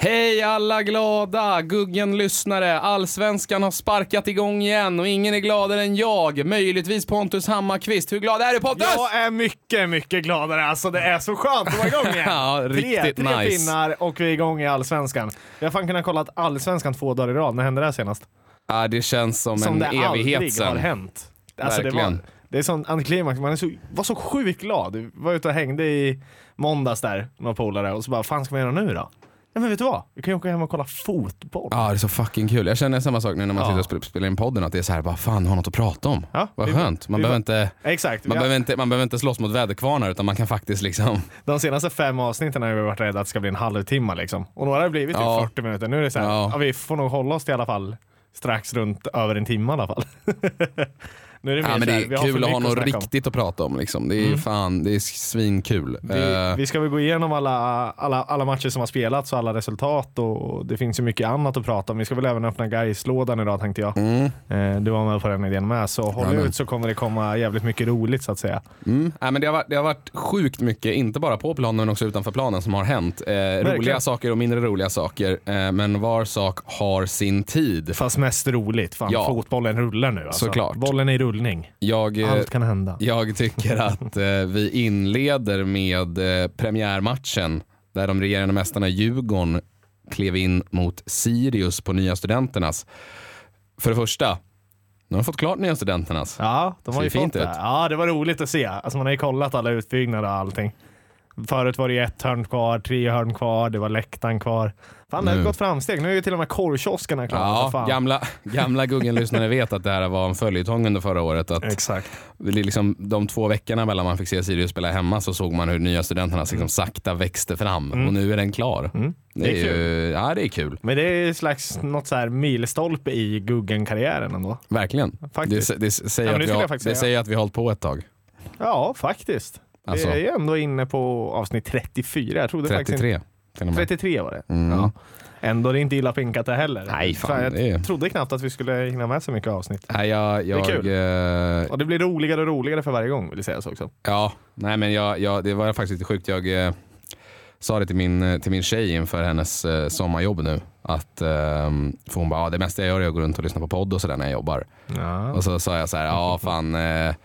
Hej alla glada Guggen-lyssnare. Allsvenskan har sparkat igång igen och ingen är gladare än jag. Möjligtvis Pontus Hammarkvist. Hur glad är du, Pontus? Jag är mycket, mycket gladare. Alltså det är så skönt att vara igång igen. Ja, riktigt tre nice. pinnar och vi är igång i Allsvenskan. Jag har fan kunnat kolla att Allsvenskan 2 dagar i rad. När hände det senast? Ja, det känns som en det evighet aldrig sen. har hänt. Alltså verkligen. Det är sån antiklimax. Man var så sjukt glad. Jag var ute och hängde i måndags där, några polare, och så bara, fan ska man göra nu då? Ja, men vet du vad? Vi kan ju åka hem och kolla fotboll. Ja, det är så fucking kul. Jag känner samma sak nu när man sitter och spelar in podden, att det är så här, bara fan, har något att prata om. Ja, vad skönt. Man behöver inte exakt. Man behöver inte slåss mot väderkvarnar, utan man kan faktiskt liksom. De senaste 5 avsnitten har vi varit rädda att det ska bli en halvtimme liksom. Och några har det blivit typ 40 minuter. Nu är det så här, vi får nog hålla oss till i alla fall strax runt över en timme i alla fall. Nu är det men det är kul att ha något att riktigt att prata om liksom. Det är fan, det är svinkul. Vi ska väl gå igenom alla matcher som har spelats och alla resultat, och det finns ju mycket annat att prata om. Vi ska väl även öppna Gais-lådan idag, tänkte jag. Du var med på den idén med, så håll ut, så kommer det komma jävligt mycket roligt så att säga. Men det har varit sjukt mycket, inte bara på planen men också utanför planen, som har hänt. Roliga saker och mindre roliga saker, men var sak har sin tid. Fast mest roligt, fan, fotbollen rullar nu alltså. Såklart. Bollen är i rullning. Allt kan hända. Jag tycker att vi inleder med premiärmatchen där de regerande mästarna Djurgården klev in mot Sirius på Nya Studenternas. För det första, de har fått klart Nya Studenternas. Ja, de har ju fått det. Ut. Ja, det var roligt att se. Alltså man har ju kollat alla utbyggnader och allting. Förut var det 1 hörn kvar, 3 hörn kvar, det var läktaren kvar. Fan, det har gått framsteg. Nu är ju till och med korvkioskerna klara. Ja, gamla Guggen-lyssnare vet att det här var en följetong under förra året. Att exakt. Liksom, de 2 veckorna mellan man fick se Sirius spela hemma, så såg man hur Nya Studenterna liksom sakta växte fram. Och nu är den klar. Det är kul. Ja, det är kul. Men det är slags något så här milstolpe i Guggen-karriären ändå. Verkligen. Det säger att vi har hållit på ett tag. Ja, faktiskt. Alltså, det är ju ändå inne på avsnitt 34. Jag trodde 33. 33 var det. Ja. Ändå det är inte illa pinkat det heller. Nej, fan, jag trodde knappt att vi skulle hinna med så mycket avsnitt. Nej, det är kul. Och det blir roligare och roligare för varje gång, vill jag säga så också. Ja, nej men det var faktiskt lite sjukt. Jag sa det till min tjej inför hennes sommarjobb nu. Att för hon bara, det mesta jag gör är att gå runt och lyssna på podd och sådär när jag jobbar. Ja. Och så sa jag så här, fan...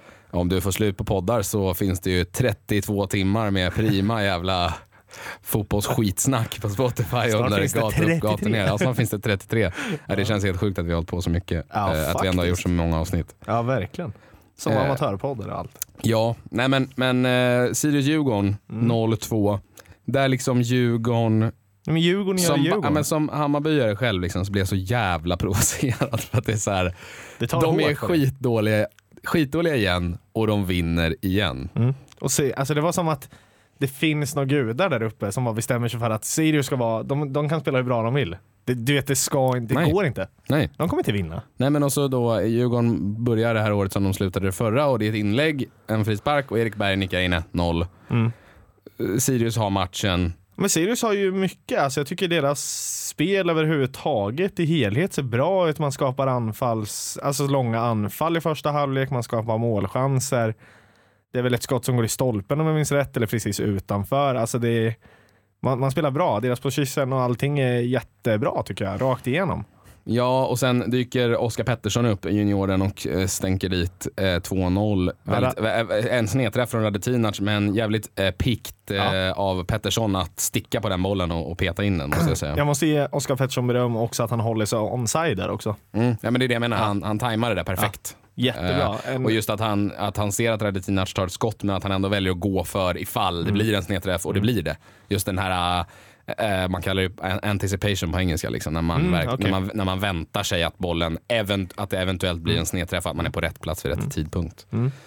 om du får slut på poddar så finns det ju 32 timmar med prima jävla fotbollsskitsnack på Spotify under gator ner. Alltså finns det 33. Det känns helt sjukt att vi har hållit på så mycket. Att vi ändå har gjort så många avsnitt. Ja, verkligen. Som amatörpoddar och allt. Ja, nej men Sirius-Djurgården 0-2. Där liksom Djurgården... Men Djurgården gör Djurgården. Ja, men som Hammarbyare själv liksom, så blir jag så jävla provocerad. För att det är så här, de är skitdåliga igen och de vinner igen. Och se, alltså det var som att det finns några gudar där uppe som bestämmer sig för att Sirius ska vara, de kan spela hur bra de vill. Du vet, det går inte. Nej. De kommer inte vinna. Nej, men också då Djurgården börjar det här året som de slutade det förra, och det är ett inlägg, en frispark och Erik Berg nickar in 1-0. Sirius har matchen. Men Sirius har ju mycket, alltså jag tycker deras spel överhuvudtaget i helhet ser bra ut. Man skapar alltså långa anfall i första halvlek, man skapar målchanser. Det är väl ett skott som går i stolpen om jag minns rätt, eller precis utanför. Alltså man spelar bra, deras position och allting är jättebra tycker jag, rakt igenom. Ja, och sen dyker Oskar Pettersson upp, junioren, och stänker dit 2-0. En snedträff från Radetinac, men jävligt pikt av Pettersson att sticka på den bollen och peta in den, måste jag säga. Jag måste ge Oskar Pettersson beröm också att han håller sig onside där också. Ja, men det är det jag menar, han tajmar det där perfekt. Jättebra. Och just att han ser att Radetinac tar ett skott, men att han ändå väljer att gå för ifall det blir en snedträff, och det blir det. Just den här... man kallar det anticipation på engelska liksom, när man väntar sig att bollen att det eventuellt blir en snedträff, att man är på rätt plats vid rätt tidpunkt.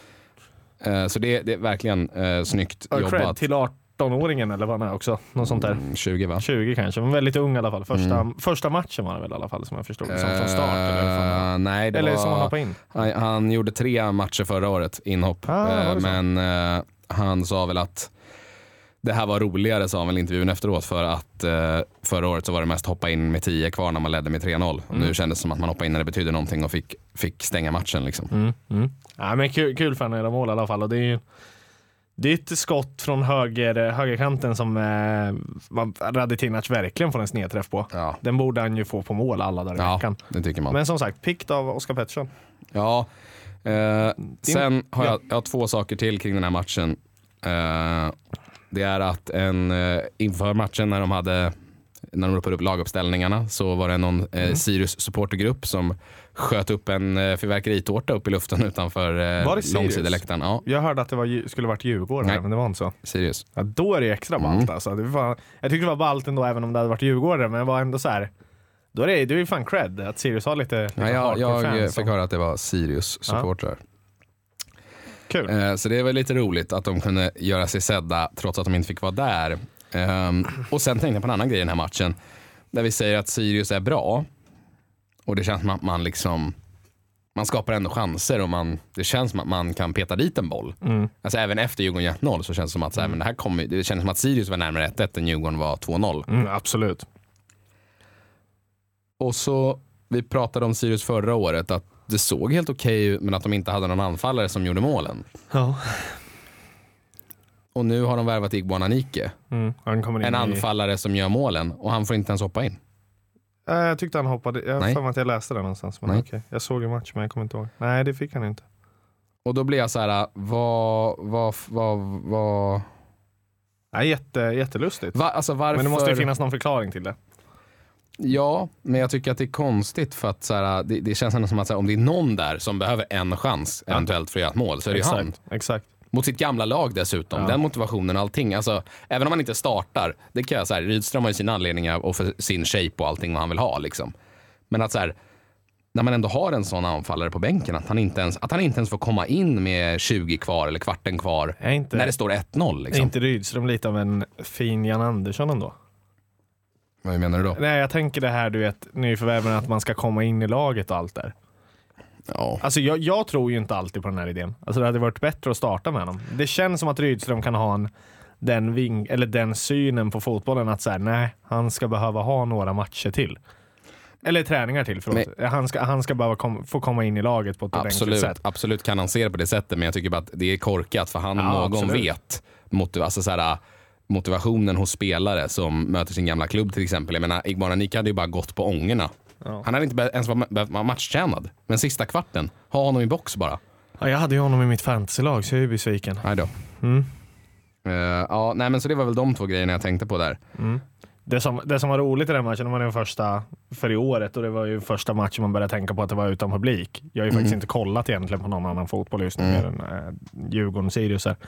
Så det är verkligen snyggt jobbat. Till 18-åringen eller vad han är också, något sånt där. 20 va? 20 kanske, men väldigt ung i alla fall. Första matchen var det väl i alla fall, som jag förstod som från start eller nej, eller som han hoppade in. Han gjorde 3 matcher förra året, inhopp. Men han sa väl att det här var roligare, sa han väl i intervjun efteråt, för att förra året så var det mest hoppa in med 10 kvar när man ledde med 3-0. Och nu kändes det som att man hoppade in när det betydde någonting och fick stänga matchen liksom. Ja, men kul för han att göra mål i alla fall, och det är ju Det är ett skott från högerkanten som Radetinac verkligen får en snedträff på. Ja. Den borde han ju få på mål alla dagar i veckan. Det tycker man. Men som sagt, pikt av Oskar Pettersson. Ja. Sen har jag har 2 saker till kring den här matchen. Det är att inför matchen när de ropade upp laguppställningarna så var det någon Sirius supportergrupp som sköt upp en fyrverkeritårta upp i luften utanför långsideläktaren. Ja. Jag hörde att det skulle varit Djurgården här, men det var inte så. Sirius. Ja, då är det extra ballt alltså. Jag tyckte det var ballt ändå även om det hade varit Djurgården, men det var ändå så här. Då är det ju fan cred att Sirius har lite jag fick höra att det var Sirius supportrar. Kul. Så det var lite roligt att de kunde göra sig sedda trots att de inte fick vara där. Och sen tänkte jag på en annan grej i den här matchen. Där vi säger att Sirius är bra. Och det känns som att man skapar ändå chanser och det känns som att man kan peta dit en boll. Alltså även efter Djurgården 1-0 så känns det som att det känns som att Sirius var närmare 1-1 än Djurgården var 2-0. Absolut. Och så, vi pratade om Sirius förra året att det såg helt okej ut men att de inte hade någon anfallare som gjorde målen. Ja. Och nu har de värvat Igbo Ananike. Han kommer in en anfallare som gör målen och han får inte ens hoppa in. Jag tyckte han hoppade. Jag får att jag läste det någonstans. Men okej. Jag såg en match men jag kommer inte ihåg. Nej, det fick han inte. Och då blir jag så här, vad... Nej, jättelustigt. Alltså varför... Men det måste ju finnas någon förklaring till det. Ja, men jag tycker att det är konstigt för att så här, det känns ändå som att så här, om det är någon där som behöver en chans eventuellt för att göra ett mål så är det han. Exakt. Mot sitt gamla lag dessutom. Ja. Den motivationen och allting. Alltså, även om man inte startar, det kan jag så här, Rydström har ju sina anledningar och för sin shape och allting vad han vill ha liksom. Men att så här, när man ändå har en sån anfallare på bänken att han inte ens får komma in med 20 kvar eller kvarten kvar när det står 1-0 liksom. Är inte Rydström lite av en fin Jan Andersson ändå? Vad menar du då? Nej, jag tänker det här, du vet, nyförvärven att man ska komma in i laget och allt där. Ja. Alltså jag tror ju inte alltid på den här idén. Alltså det hade varit bättre att starta med honom. Det känns som att Rydström kan ha den synen på fotbollen att så här, nej, han ska behöva ha några matcher till. Eller träningar till, förlåt. Han ska behöva få komma in i laget på ett ordentligt sätt. Absolut kan han se det på det sättet, men jag tycker bara att det är korkat för någon vet alltså så här, motivationen hos spelare som möter sin gamla klubb till exempel. Jag menar, Igbo Ananike hade ju bara gått på ångorna. Ja. Han hade inte ens varit matchtjänad. Men sista kvarten, ha honom i box bara. Ja, jag hade ju honom i mitt fantasylag så jag är ju besviken. Nej då. Nej men så det var väl de 2 grejerna jag tänkte på där. Det som var roligt i den matchen var den första för i året och det var ju första matchen man började tänka på att det var utan publik. Jag har ju faktiskt inte kollat egentligen på någon annan fotboll just nu mer än Djurgården och Sirius här.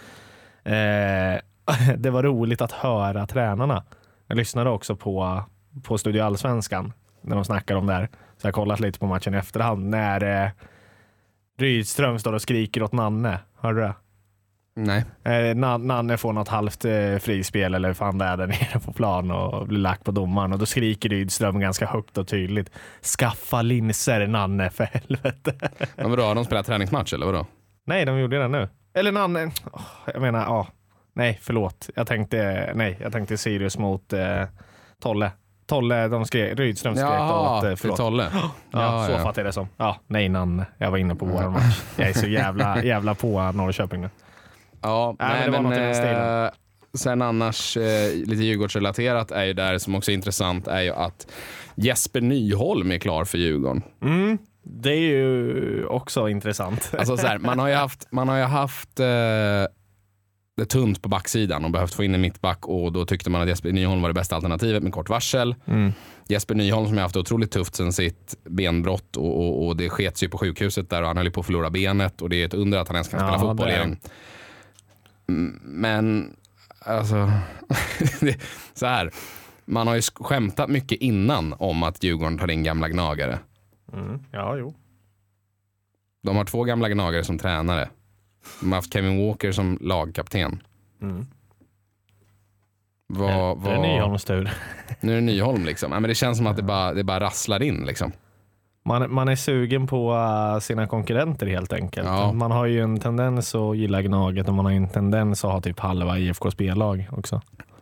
Det var roligt att höra tränarna. Jag lyssnade också på Studio Allsvenskan när de snackar om det här. Så jag har kollat lite på matchen i efterhand när Rydström står och skriker åt Nanne. Hörde du det? Nej. Nanne får något halvt frispel eller fan där nere på plan och blir lagt på domaren och då skriker Rydström ganska högt och tydligt: skaffa linser, Nanne, för helvete. Men vadå, har de spelat träningsmatch eller vadå? Nej, de gjorde det nu. Eller Nanne, jag menar, nej, förlåt. Jag tänkte Sirius mot Tolle. De skrek, Rydström skrek åt förlåt. Tolle. Så fattar jag det som. Nej, Nanne. Jag var inne på våran match. Jag är så jävla på Norrköping nu. Ja, nej, men sen annars lite Djurgårdsrelaterat är ju där som också är intressant är ju att Jesper Nyholm är klar för Djurgården. Det är ju också intressant. Alltså så här, man har ju haft det tunt på backsidan och behövt få in en mittback och då tyckte man att Jesper Nyholm var det bästa alternativet med kort varsel. Jesper Nyholm som har haft otroligt tufft sen sitt benbrott och det skets ju på sjukhuset där och han höll på att förlora benet och det är ett under att han ens kan spela fotboll igen. Men alltså så här, man har ju skämtat mycket innan om att Djurgården tar in gamla gnagare. Ja, jo. De har 2 gamla gnagare som tränare. De har haft Kevin Walker som lagkapten. Det är Nyholms tur. Nu är det Nyholm liksom. Men det känns som att det bara rasslar in liksom. Man är sugen på sina konkurrenter helt enkelt. Ja. Man har ju en tendens att gilla Gnaget och man har ju en tendens att ha typ halva IFK spellag också.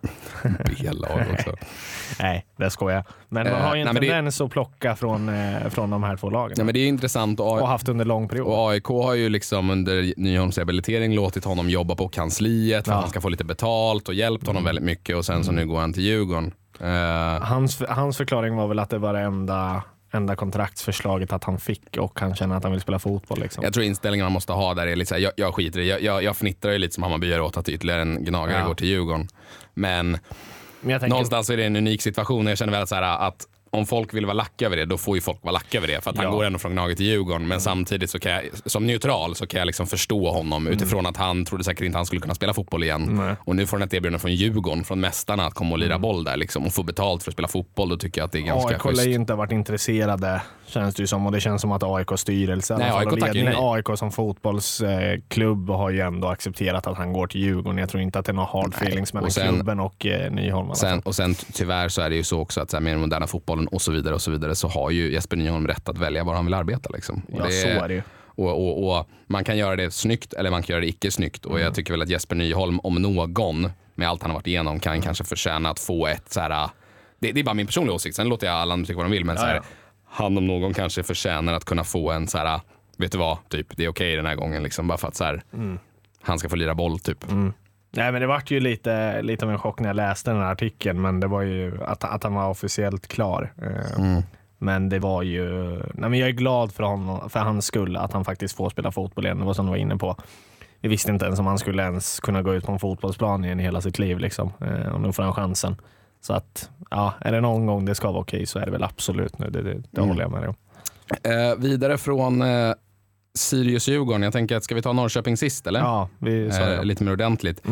B-lag också. Nej, det skojar jag. Men man har ju en tendens att plocka från de här två lagen. Ja, men det är intressant. Och haft under lång period. Och AIK har ju liksom under Nyholms rehabilitering låtit honom jobba på kansliet för att han ska få lite betalt och hjälpt honom väldigt mycket. Och sen så nu går han till Djurgården. Hans förklaring var väl att det var det enda kontraktsförslaget att han fick och han känner att han vill spela fotboll. Liksom. Jag tror inställningen man måste ha där är lite så här, jag skiter i det. Jag fnittrar ju lite som Hammarby gör åt att ytterligare en gnagare går till Djurgården. Men någonstans är det en unik situation. Jag känner väl så här att om folk vill vara lacka över det, då får ju folk vara lacka över det. För att han går ändå från Gnaget till Djurgården. Men samtidigt så kan jag, som neutral, så kan jag liksom förstå honom utifrån att han trodde säkert inte han skulle kunna spela fotboll igen. Och nu får han ett erbjudande från Djurgården, från mästarna, att komma och lira boll där liksom, och få betalt för att spela fotboll. Då tycker jag att det är ganska schysst. AIK har ju inte varit intresserade, känns det ju som. Och det känns som att AIKs styrelse, AIK som fotbollsklubb har ju ändå accepterat att han går till Djurgården. Jag tror inte att det är några hard feelings mellan klubben och Nyholm. Och sen tyvärr så är det ju så också att så här, med den moderna fotbollen och så vidare så har ju Jesper Nyholm rätt att välja var han vill arbeta liksom. Ja, så är det ju. Och man kan göra det snyggt eller man kan göra det icke snyggt. Och jag tycker väl att Jesper Nyholm, om någon, med allt han har varit igenom, kan kanske förtjäna att få ett så här. Det är bara min personliga åsikt. Sen låter jag alla andra tycka vad de vill, men så här, han om någon kanske förtjänar att kunna få en så här, vet du vad, typ, det är okej den här gången liksom, bara för att så här, han ska få lira boll typ. Nej, men det var ju lite av en chock när jag läste den här artikeln, men det var ju att han var officiellt klar. Men det var ju, men jag är glad för honom, för hans skull, att han faktiskt får spela fotboll igen. Det var som du var inne på. Vi visste inte ens om han skulle ens kunna gå ut på en fotbollsplan igen i hela sitt liv liksom. Och nu får han chansen. Så att, ja, är det någon gång det ska vara okej, så är det väl absolut nu. Det håller jag med dig om. Vidare från Sirius-Djurgården. Jag tänker att ska vi ta Norrköping sist, eller? Ja, vi sa det. Lite mer ordentligt.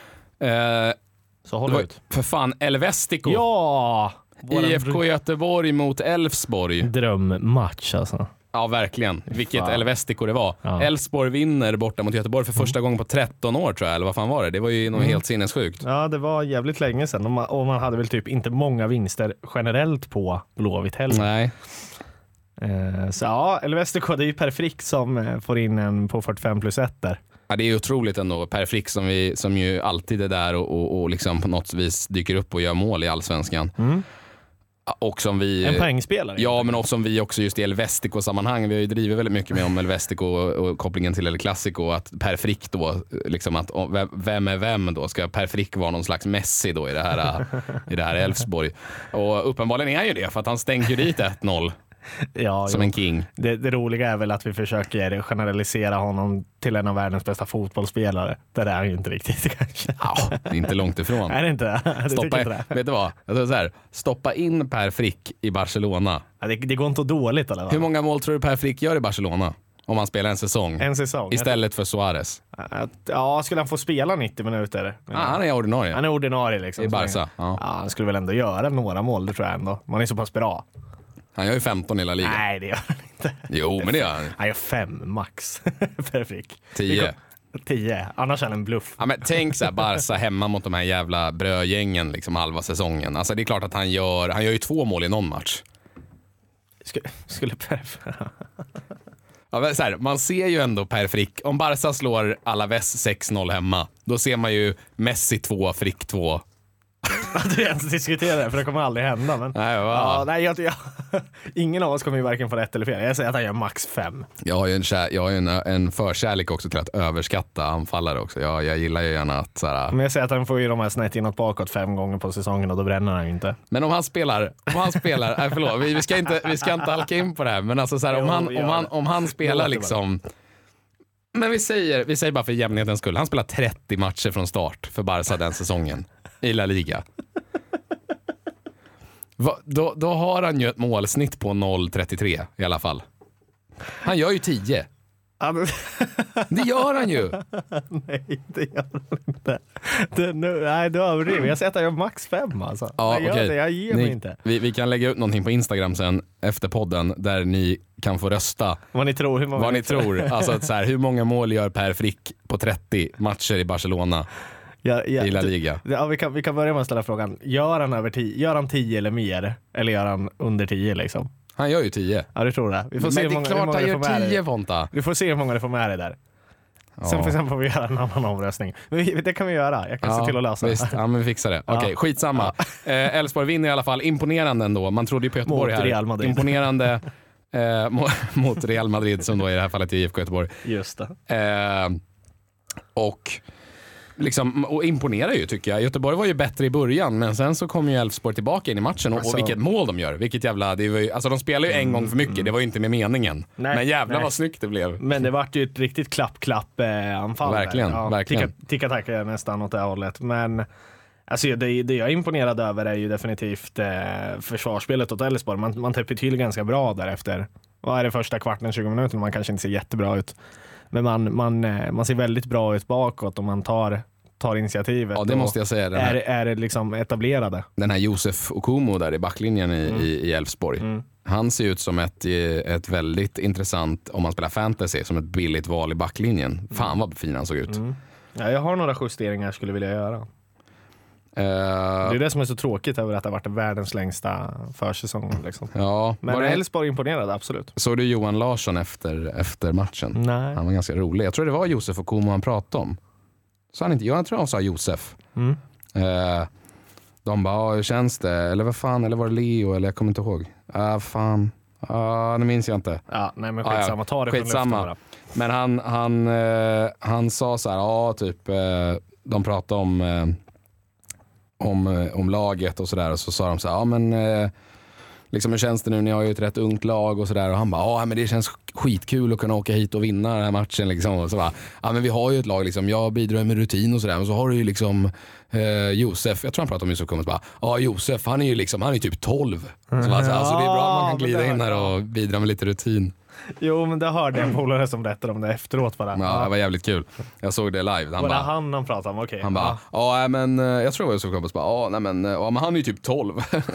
Så håll ut. För fan, Elvestico. Ja! IFK Göteborg mot Elfsborg. Drömmatch alltså. Ja, verkligen. Vilket Elvestico det var. Elfsborg vinner borta mot Göteborg för första gången på 13 år, tror jag. Eller vad fan var det? Det var ju något helt sinnessjukt. Ja, det var jävligt länge sedan. Och man hade väl typ inte många vinster generellt på Blåvitt heller. Nej. Så ja, Elvestico, det är ju Per Frick som får in en på 45+1 där. Ja, det är otroligt ändå. Per Frick som ju alltid är där och liksom på något vis dyker upp och gör mål i Allsvenskan. Och som vi, en poängspelare. Ja, men också som vi också just i Elvestico-sammanhang. Vi har ju drivit väldigt mycket med om Elvestico och kopplingen till El Clasico. Att Per Frick då, liksom att vem är vem då? Ska Per Frick vara någon slags Messi då i det här Elfsborg? Och uppenbarligen är han ju det, för att han stänger ju dit 1-0. Ja, som en king. Det roliga är väl att vi försöker generalisera honom till en av världens bästa fotbollsspelare. Det är ju inte riktigt kanske. Ja, det är inte långt ifrån. Är det inte? Vet du vad? Jag tror så här, stoppa in Per Frick i Barcelona. Ja, det går inte dåligt eller? Hur många mål tror du Per Frick gör i Barcelona? Om han spelar en säsong. Istället för Suarez. Ja, skulle han få spela 90 minuter? Han är ordinarie. Han är ordinarie liksom. I Barca. Ja, han skulle väl ändå göra några mål, det tror jag ändå. Man är så pass bra. Han gör ju 15 i hela ligan. Nej, det gör han inte. Jo, men det gör han. Han gör 5 max. Per Frick. 10. Annars är han en bluff. Ja, men tänk så här, Barca hemma mot de här jävla brödgängen liksom halva säsongen. Alltså det är klart att han gör ju 2 mål i någon match. Skulle Per... Ja, men så här, man ser ju ändå Per Frick. Om Barca slår Alaves 6-0 hemma, då ser man ju Messi 2, Frick 2. Att du ens diskuterar det, för det kommer aldrig hända. Men... Nej, ingen av oss kommer ju varken få rätt eller fel. Jag säger att han gör max 5. Jag har ju en förkärlek också till att överskatta anfallare också. Jag gillar ju gärna att såhär... Men jag säger att han får ju de här snett inåt bakåt 5 gånger på säsongen och då bränner han ju inte. Men om han spelar nej, förlåt, vi ska inte halka in på det här. Men alltså såhär, om han spelar liksom... Men vi säger bara för jämnhetens skull. Han spelar 30 matcher från start för Barca den säsongen i La Liga. Då har han ju ett målsnitt på 0,33 i alla fall. Han gör ju 10. Det gör han ju. Nej, det gör han inte. Nej, du överdriver. Jag säger att han gör max 5 alltså. Ja, jag ger mig inte. Vi kan lägga ut någonting på Instagram sen efter podden där ni kan få rösta. Vad ni tror. Alltså att så här, hur många mål gör Per Frick på 30 matcher i Barcelona? I La Liga. Ja, vi kan börja med att ställa frågan. Gör han 10 eller mer? Eller gör han under 10 liksom? Han gör ju 10. Ja, du tror det. Vi får se men det är klart han gör 10, Fonta. Vi får se hur många det får med dig där. Sen får vi göra en annan omröstning. Men det kan vi göra. Jag kan se till att lösa det. Ja, men vi fixar det. Okej, skitsamma. Elfsborg vinner i alla fall. Imponerande ändå. Man trodde ju på Göteborg mot här. Real Madrid. Imponerande mot Real Madrid som då i det här fallet är IFK Göteborg. Just det. Och imponerar ju tycker jag. Göteborg var ju bättre i början, men sen så kom ju Elfsborg tillbaka in i matchen och vilket mål de gör. Vilket jävla, alltså de spelar ju en gång för mycket, det var ju inte med meningen. Men jävlar vad snyggt det blev. Men det vart ju ett riktigt klapp-anfall. Verkligen, verkligen. Ticka-tacka nästan åt det hållet. Men alltså, det jag är imponerad över är ju definitivt försvarsspelet åt Elfsborg. Man täpper till ganska bra därefter. Vad är det första kvarten, 20 minuter? Man kanske inte ser jättebra ut. Men man ser väldigt bra ut bakåt och man tar initiativet. Ja, det måste jag säga. Är det liksom etablerade. Den här Josef Okumo där i backlinjen i Elfsborg. Han ser ut som ett väldigt intressant, om man spelar fantasy, som ett billigt val i backlinjen. Fan vad fin han såg ut. Ja, jag har några justeringar jag skulle vilja göra. Det är det som är så tråkigt över att det har varit världens längsta försäsong. Liksom. Ja, men Elfsborg imponerade, absolut. Såg du Johan Larsson efter matchen? Nej. Han var ganska rolig. Jag tror det var Josef Okumo han pratade om. Så han inte, jag tror han sa Josef. De bara, hur känns det? Eller vad fan, eller var det Leo? Eller jag kommer inte ihåg. Fan. Det minns jag inte. Ja, nej men skitsamma. Ta det från luften. Men han sa så här, typ, de pratade om laget och sådär. Och så sa de så här, liksom, hur känns det nu? Ni har ju ett rätt ungt lag och sådär. Och han bara, men det känns skitkul att kunna åka hit och vinna den här matchen. Liksom. Och så bara, men vi har ju ett lag, liksom. Jag bidrar med rutin och sådär. Och så har du ju liksom Josef, jag tror han pratade om Josef Kummers, bara, Josef, han är ju liksom, han är typ 12. Så alltså, det är bra att man kan glida in här och bidra med lite rutin. Jo, men det hörde en polare som berättade om det efteråt bara. Ja, det var jävligt kul. Jag såg det live. Var det han pratade om? Okej. Han bara, men jag tror det var Josef Kummers, bara, men han är ju typ 12.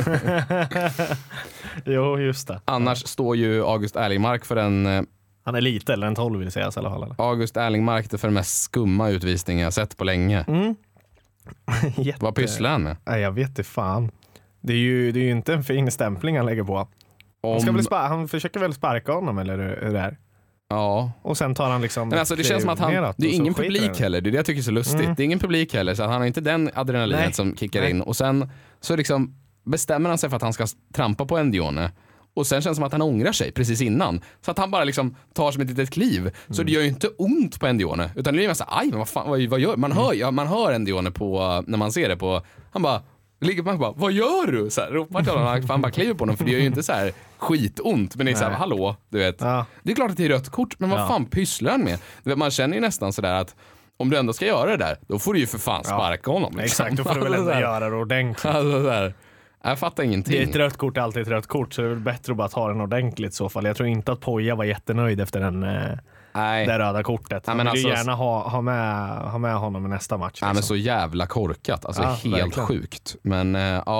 Jo, just det. Annars står ju August Erlingmark för en... Han är lite, eller en 12 vill säga i alla fall. August Erlingmark är för den mest skumma utvisningen jag sett på länge. Vad pysslar han med? Nej, jag vet inte fan. Det är ju inte en fin stämpling han lägger på. Han försöker väl sparka honom, eller hur det är? Ja. Och sen tar han liksom... Men alltså, det känns som att det är ingen publik heller. Det är det jag tycker är så lustigt. Det är ingen publik heller, så han har inte den adrenalinet som kickar in. Och sen så liksom bestämmer han sig för att han ska trampa på Endione. Och sen känns det som att han ångrar sig precis innan. Så att han bara liksom tar som ett litet kliv. Så det gör ju inte ont på Endione. Utan det är ju så aj, men vad fan, vad gör man hör Endione på, när man ser det på, han bara ligger på, bara, vad gör du? Så här, ropar till honom, han bara kliver på honom. För det gör ju inte så här skitont. Men det är så här, hallå, du vet. Ja. Det är klart att det är rött kort, men vad fan pysslar han med? Man känner ju nästan sådär att om du ändå ska göra det där, då får du ju för fan sparka honom. Liksom. Exakt, då får du väl ändå göra det ordentligt. Alltså, där. Jag fattar ingenting. Det är ett rött kort, alltid ett rött kort, så det är väl bättre att bara ta den ordentligt i så fall. Jag tror inte att Poja var jättenöjd efter det röda kortet. Han vill ju gärna ha med honom i nästa match. Liksom. Men så jävla korkat, alltså helt verkligen. Sjukt. Men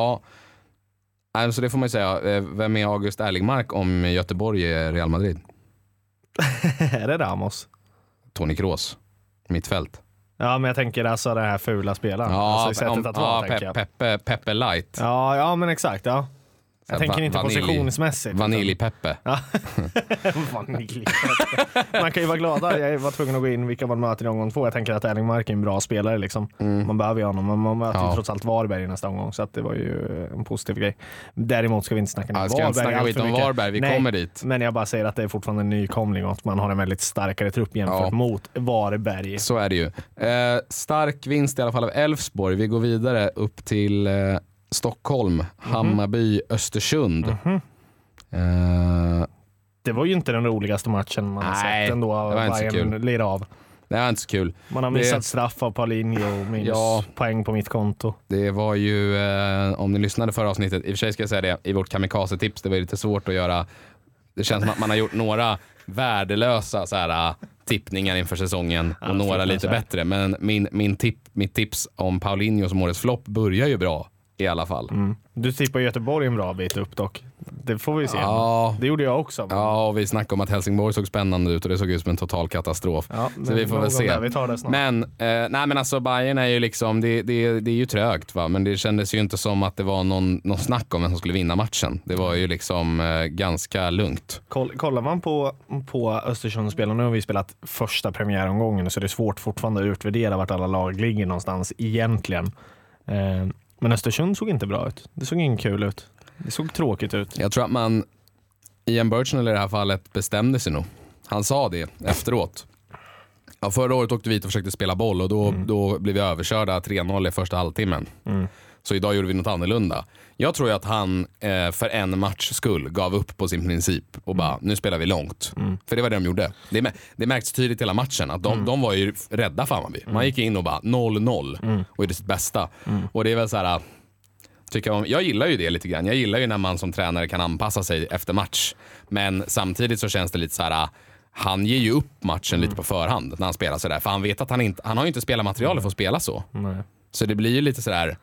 så det får man ju säga. Vem är August Erlingmark om Göteborg är Real Madrid? Är det Ramos? Toni Kroos, mittfält. Ja, men jag tänker alltså det här fula spelaren. Ja, alltså, sättet att vara, Peppe Light. Ja, men exakt, ja. Jag tänker inte positionsmässigt. Vaniljpeppe. Ja. Vaniljpeppe. Man kan ju vara glada. Jag var tvungen att gå in vilka man möter i omgång 2. Jag tänker att Erlingmark är en bra spelare. Liksom. Man behöver ju honom. Man möter ju trots allt Varberg i nästa omgång. Så att det var ju en positiv grej. Däremot ska vi inte snacka om Varberg. Vi kommer dit. Men jag bara säger att det är fortfarande en nykomling och att man har en väldigt starkare trupp jämfört mot Varberg. Så är det ju. Stark vinst i alla fall av Elfsborg. Vi går vidare upp till... Stockholm, Hammarby, Östersund. Det var ju inte den roligaste matchen man har sett ändå. Det var inte så kul. Av. Det var inte så kul. Man har missat straff av Paulinho och minus poäng på mitt konto. Det var ju, om ni lyssnade förra avsnittet, i och för sig ska jag säga det, i vårt kamikaze-tips, det var lite svårt att göra. Det känns som att man har gjort några värdelösa så här, tippningar inför säsongen och några lite bättre. Men mitt tips om Paulinho som årets flopp börjar ju bra. I alla fall. Du tippar Göteborg en bra bit upp dock. Det får vi se. Ja. Det gjorde jag också. Men... Ja, och vi snackade om att Helsingborg såg spännande ut och det såg ut som en total katastrof. Ja, så vi får väl se. Vi tar det snart. Men, nej men alltså Bayern är ju liksom, det är ju trögt va, men det kändes ju inte som att det var någon snack om vem som skulle vinna matchen. Det var ju liksom ganska lugnt. Kollar man på Östersundsspelarna, nu har vi spelat första premiäromgången så det är svårt fortfarande att utvärdera vart alla lag ligger någonstans egentligen. Men Östersund såg inte bra ut. Det såg inte kul ut. Det såg tråkigt ut. Jag tror att man, Ian Burchnell i det här fallet, bestämde sig nog. Han sa det efteråt. Ja, förra året åkte vi och försökte spela boll och då blev vi överkörda 3-0 i första halvtimmen. Så idag gjorde vi något annorlunda. Jag tror ju att han för en match skull gav upp på sin princip och bara, nu spelar vi långt. För det var det de gjorde. Det märks tydligt hela matchen att de var ju rädda för Hammarby. Man gick in och bara 0-0 och gjorde sitt bästa. Och det är väl så här, jag gillar ju det lite grann. Jag gillar ju när man som tränare kan anpassa sig efter match. Men samtidigt så känns det lite så här, han ger ju upp matchen lite på förhand när han spelar så där. För han vet att han har ju inte spelat materialet för att spela så. Nej. Så det blir ju lite sådär.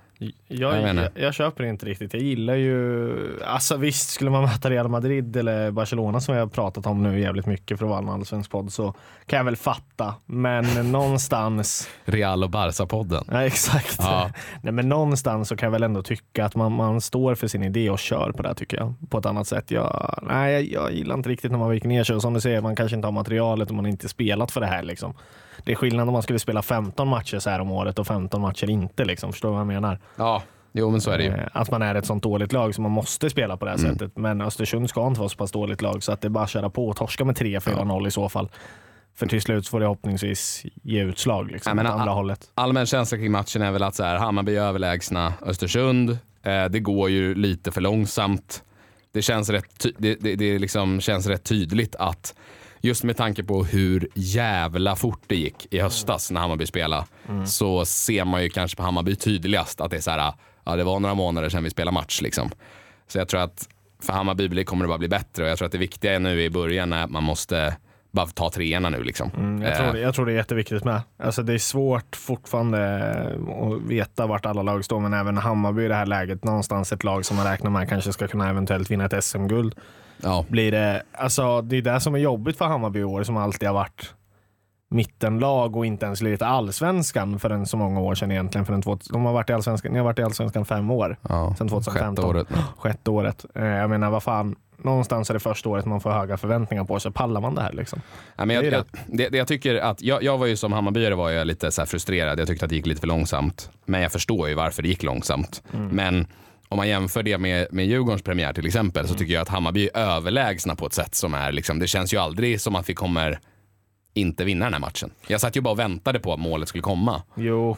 Jag köper det inte riktigt. Jag gillar ju, alltså visst skulle man möta Real Madrid eller Barcelona som jag har pratat om nu jävligt mycket för att vara en allsvensk podd, så kan jag väl fatta. Men någonstans Real och Barca-podden. Ja, exakt. Ja. Nej, men någonstans så kan jag väl ändå tycka att man står för sin idé och kör på det, tycker jag. På ett annat sätt. Jag gillar inte riktigt när man viker ner sig. Och som du säger, man kanske inte har materialet och man inte spelat för det här liksom. Det är skillnad om man skulle spela 15 matcher så här om året och 15 matcher inte liksom. Förstår du vad jag menar? Ja, jo men så är det ju. Att man är ett sånt dåligt lag som man måste spela på det här sättet. Men Östersund ska inte vara så pass dåligt lag så att det är bara att köra på och torska med 3-4-0 i så fall. För till slut får det hoppningsvis ge utslag liksom, åt andra hållet. Allmän känsla kring matchen är väl att så här, Hammarby är överlägsna Östersund. Det går ju lite för långsamt. Det känns det liksom känns rätt tydligt att just med tanke på hur jävla fort det gick i höstas när Hammarby spelade, så ser man ju kanske på Hammarby tydligast att det är så här, ja, det var några månader sedan vi spelade match liksom. Så jag tror att för Hammarby kommer det bara bli bättre och jag tror att det viktiga är nu i början när man måste bara ta treorna nu liksom. Jag tror det är jätteviktigt med. Alltså det är svårt fortfarande att veta vart alla lag står, men även Hammarby i det här läget, någonstans ett lag som man räknar med kanske ska kunna eventuellt vinna ett SM-guld. Ja. Blir det, alltså det är det som är jobbigt för Hammarby i år, som alltid har varit mittenlag och inte ens lite allsvenskan förrän så många år sedan egentligen. De har varit i allsvenskan, ni har varit i allsvenskan 5 år. Ja, sedan 2015. Sjätte året. Jag menar, vad fan, någonstans är det första året man får höga förväntningar på sig. Pallar man det här liksom? Ja, men jag tycker att jag var ju som Hammarbyare var jag lite så här frustrerad. Jag tyckte att det gick lite för långsamt. Men jag förstår ju varför det gick långsamt. Men om man jämför det med Djurgårdens premiär till exempel, så tycker jag att Hammarby är överlägsna på ett sätt som är liksom, det känns ju aldrig som att vi kommer inte vinna den här matchen. Jag satt ju bara och väntade på att målet skulle komma. Jo.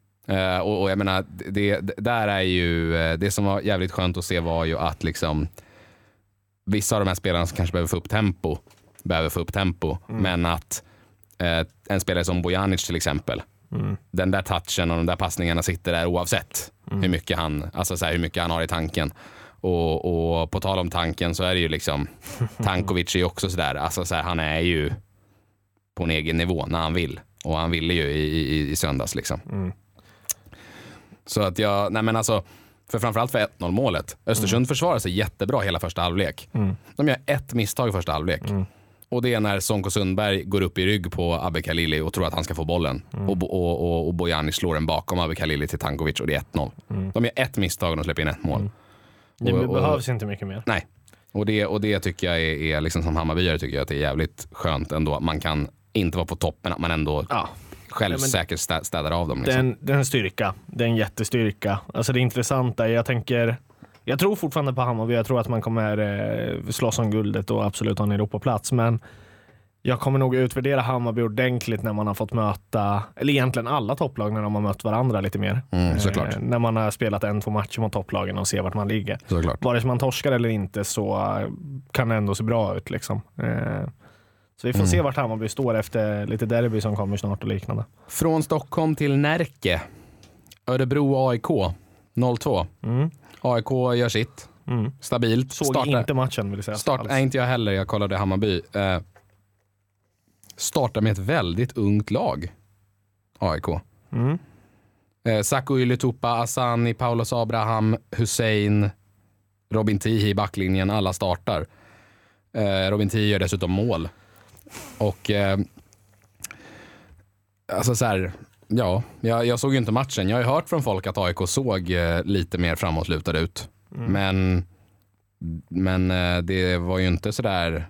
Och jag menar, det där är ju det som var jävligt skönt att se var ju att liksom vissa av de här spelarna som kanske behöver få upp tempo, men att en spelare som Bojanic till exempel, den där touchen och de där passningarna sitter där oavsett hur mycket hur mycket han har i tanken. Och på tal om tanken så är det ju liksom Tankovic är ju också sådär, alltså så här, han är ju på en egen nivå när han vill, och han ville ju i söndags liksom. Så att för framförallt för 1-0 målet. Östersund försvarar sig jättebra hela första halvlek. De gör ett misstag i första halvlek. Och det är när Sonko Sundberg går upp i rygg på Abbe Khalili och tror att han ska få bollen. Och Bojanic slår den bakom Abbe Khalili till Tankovic och det är 1-0. De gör ett misstag och de släpper in ett mål. Det behövs inte mycket mer. Nej. Och det tycker jag är liksom, som Hammarbyare tycker jag att det är jävligt skönt ändå. Man kan inte vara på toppen, att man ändå självsäkert städar av dem. Liksom. Det är en styrka. Det är en jättestyrka. Alltså det intressanta, jag tror fortfarande på Hammarby. Jag tror att man kommer slåss om guldet och absolut ha en Europaplats. Men jag kommer nog utvärdera Hammarby ordentligt när man har fått möta, eller egentligen alla topplag när de har mött varandra lite mer. Såklart. När man har spelat 1-2 matcher mot topplagen och ser vart man ligger. Såklart. Vare sig man torskar eller inte så kan det ändå se bra ut liksom. Så vi får se vart Hammarby står efter lite derby som kommer snart och liknande. Från Stockholm till Närke. Örebro AIK 0-2. AIK gör sitt. Stabilt. Såg inte matchen vill jag säga. Nej, inte jag heller. Jag kollade Hammarby. Startar med ett väldigt ungt lag. AIK. Saku Ylätupa, Asani, Paulos Abraham, Hussein, Robin Tii i backlinjen, alla startar. Robin Tii gör dessutom mål. Och alltså så här, ja, jag såg ju inte matchen. Jag har ju hört från folk att AIK såg lite mer framåtlutad ut. Men det var ju inte så där.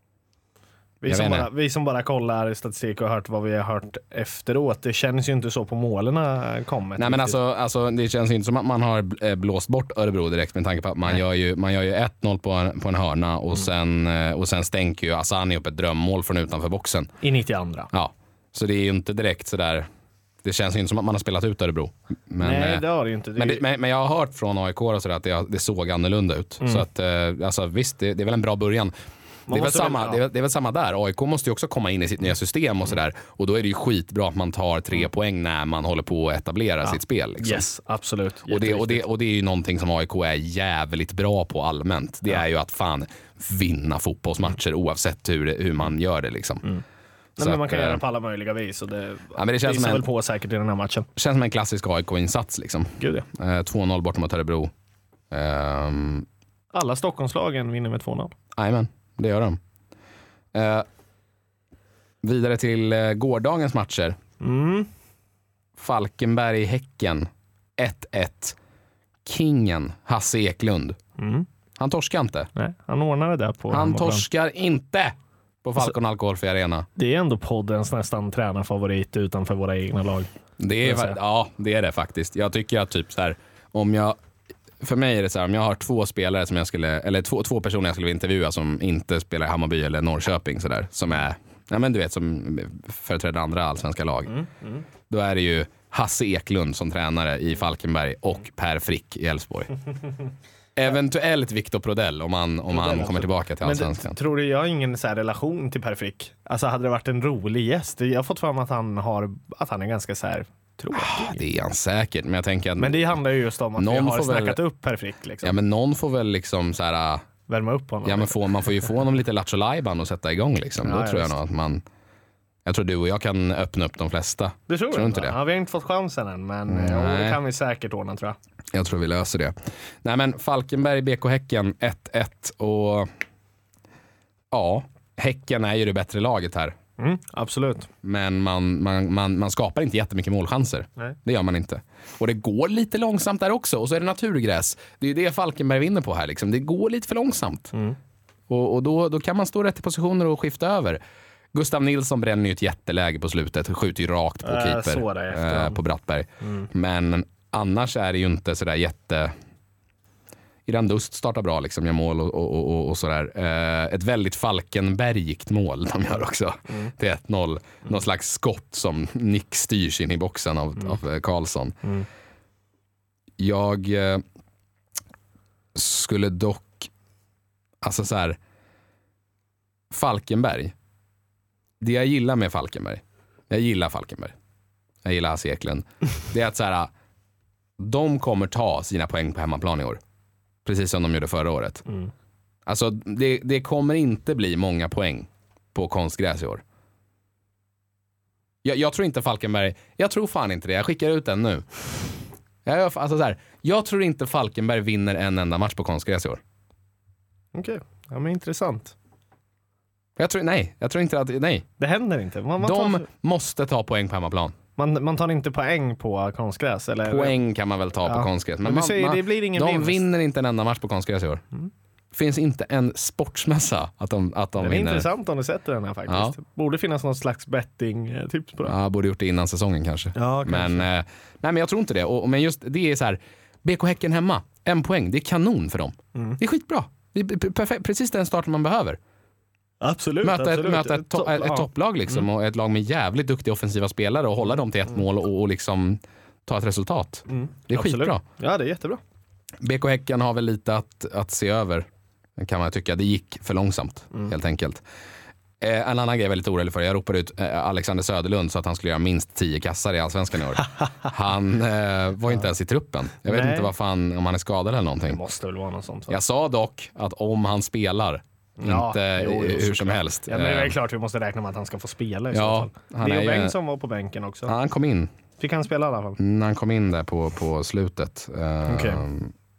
Vi som bara kollar statistik och har hört vad vi har hört efteråt, det känns ju inte så på målen kommit. Nej, men alltså det känns ju inte som att man har blåst bort Örebro direkt, med tanke på att man gör ju 1-0 på en hörna och sen stänker ju Asani upp ett drömmål från utanför boxen. I 92. Ja, så det är ju inte direkt så där. Det känns ju inte som att man har spelat ut Örebro. Nej, det har det ju inte. Men jag har hört från AIK och så där att det såg annorlunda ut. Så att alltså, visst, det är väl en bra början. Det är väl samma där. AIK måste ju också komma in i sitt nya system och sådär. Och då är det ju skitbra att man tar 3 poäng när man håller på att etablera sitt spel. Liksom. Yes, absolut. Och det är ju någonting som AIK är jävligt bra på allmänt. Det är ju att fan vinna fotbollsmatcher oavsett hur man gör det liksom. Nej, men man kan göra det på alla möjliga vis. Och det känns visar väl på säkert i den här matchen. Det känns som en klassisk AIK-insats liksom. Gud, ja. 2-0 bort mot Örebro. Alla Stockholmslagen vinner med 2-0. Jajamän, det gör de. Vidare till gårdagens matcher. Falkenberg-Häcken 1-1. Kingen Hasse Eklund. Han torskar inte. Nej, han ordnade det på. Han torskar inte på Falcon Alkoholfri Arena. Det är ändå poddens nästan tränarfavorit utanför våra egna lag. Det är det faktiskt. Jag tycker att typ så här, för mig är det så här, om jag har 2 spelare som jag skulle, eller två personer jag skulle intervjua som inte spelar i Hammarby eller Norrköping så där, som är, ja men du vet, som företräder andra allsvenska lag. Då är det ju Hasse Eklund som tränare i Falkenberg och Per Frick i Elfsborg. Eventuellt Victor Prodell om han kommer tillbaka till allsvenskan. Men tror du, jag har ingen så här relation till Per Frick. Alltså hade det varit en rolig gäst. Jag har fått för mig att han är ganska så här tråkig. Det är han säkert, men jag tänker att men det handlar ju just om att vi har snackat upp Per Frick liksom. Ja, men någon får väl liksom så här värma upp honom. Ja, men man får ju få honom lite Lattjo Lajban och sätta igång liksom. Då tror jag nog att jag tror du och jag kan öppna upp de flesta. Du tror inte det? Ja, vi har inte fått chansen än, men det kan vi säkert ordna, tror jag. Jag tror vi löser det. Nej, men Falkenberg, BK Häcken 1-1 och ja, Häcken är ju det bättre laget här. Absolut. Men man skapar inte jättemycket målchanser. Nej. Det gör man inte. Och det går lite långsamt där också. Och så är det naturgräs. Det är ju det Falkenberg vinner på här liksom. Det går lite för långsamt. Och då kan man stå rätt i positioner och skifta över. Gustav Nilsson bränner ju ett jätteläge på slutet. Skjuter ju rakt på keeper på Brattberg. Men annars är det ju inte sådär jätte... Iran Dust startar bra liksom, gör mål och sådär. Ett väldigt Falkenbergikt mål de gör också. Det är 1-0. Någon slags skott som Nick styrs in i boxen av Karlsson. Jag skulle dock, alltså så här, Falkenberg. Det jag gillar med Falkenberg. Jag gillar Hasse Eklund. Det är att så här, de kommer ta sina poäng på hemmaplan i år. Precis som de gjorde förra året. Alltså det kommer inte bli många poäng på konstgräs i år. Jag tror inte Falkenberg, jag tror fan inte det. Jag skickar ut den nu. Jag tror inte Falkenberg vinner en enda match på konstgräs i år. Okej, ja, men intressant. Jag tror inte att, nej. Det händer inte. De måste ta poäng på hemmaplan. Man tar inte poäng på konstgräs? Eller? Poäng kan man väl ta på konstgräs. Men det blir ingen de vinner inte en enda match på konstgräs i år. Finns inte en sportsmässa att de det är vinner. Intressant om du sätter den här faktiskt. Ja. Borde finnas någon slags betting-tips på det. Ja, borde gjort det innan säsongen kanske. Ja, men jag tror inte det. Men just det är så här, BK Häcken hemma, 1 poäng, det är kanon för dem. Det är skitbra. Det är perfekt, precis den starten man behöver. Absolut. Möta ett topplag liksom, och ett lag med jävligt duktiga offensiva spelare och hålla dem till 1 mål och liksom ta ett resultat. Det är skitbra. Ja, det är jättebra. BK Häcken har väl lite att se över, kan man tycka. Det gick för långsamt, helt enkelt. En annan grej jag är väldigt orolig för. Jag ropade ut Alexander Söderlund så att han skulle göra minst 10 kassar i Allsvenskan i år. Han var inte ens i truppen. Jag vet inte vad fan, om han är skadad eller någonting. Det måste väl vara något sånt. Va? Jag sa dock att om han spelar, hur som helst. Ja, men det är klart vi måste räkna med att han ska få spela i så fall. Leo Bengtsson var på bänken också. Ja, han kom in. Fick han spela i alla fall? Han kom in där på slutet. Okay.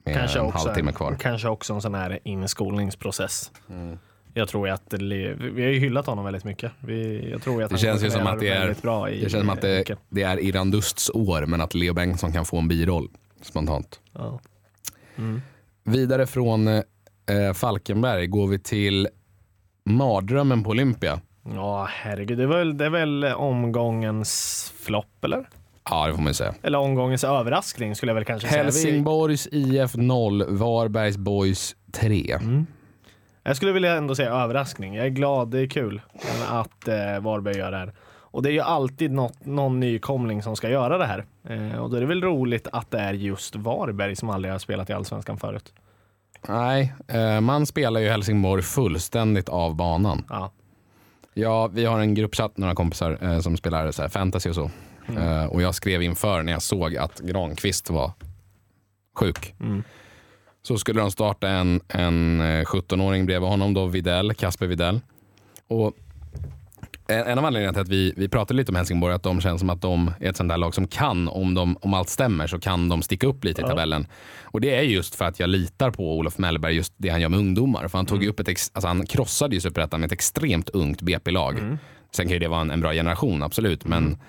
med en halvtimme kvar. Kanske också en sån här inskolningsprocess. Jag tror att vi har ju hyllat honom väldigt mycket. Jag tror att det känns ju som att det är bra i, det känns som att det är Iran Dusts år, men att Leo Bengtsson kan få en biroll spontant. Ja. Vidare från Falkenberg går vi till mardrömmen på Olympia. Ja, herregud. Det är väl omgångens flopp, eller? Ja, det får man ju säga. Eller omgångens överraskning skulle jag väl kanske säga. Helsingborgs IF 0, Varbergs Boys 3. Jag skulle vilja ändå säga överraskning. Jag är glad, det är kul att Varberg gör det här. Och det är ju alltid någon nykomling som ska göra det här. Och då är det väl roligt att det är just Varberg som aldrig har spelat i Allsvenskan förut. Nej, man spelar ju Helsingborg fullständigt av banan. Ja, vi har en gruppchatt, några kompisar som spelar så här fantasy och så. Och jag skrev inför när jag såg att Granqvist var sjuk. Så skulle de starta en 17-åring bredvid honom då, Kasper Widell. Och en av anledningarna till att vi pratade lite om Helsingborg, att de känns som att de är ett sånt där lag som kan, om allt stämmer så kan de sticka upp lite i tabellen. Och det är just för att jag litar på Olof Mellberg, just det han gör med ungdomar. För han tog upp han krossade ju Superettan med ett extremt ungt BP-lag. Sen kan ju det vara en bra generation, absolut. Men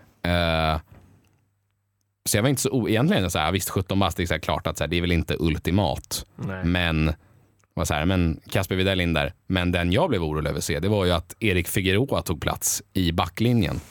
så jag var inte så egentligen så här, visst 17 bast, det är så här, klart att så här, det är väl inte ultimat. Nej. Men var så här, men Kasper Widell in där. Men den jag blev orolig över att se, det var ju att Erik Figueroa tog plats i backlinjen.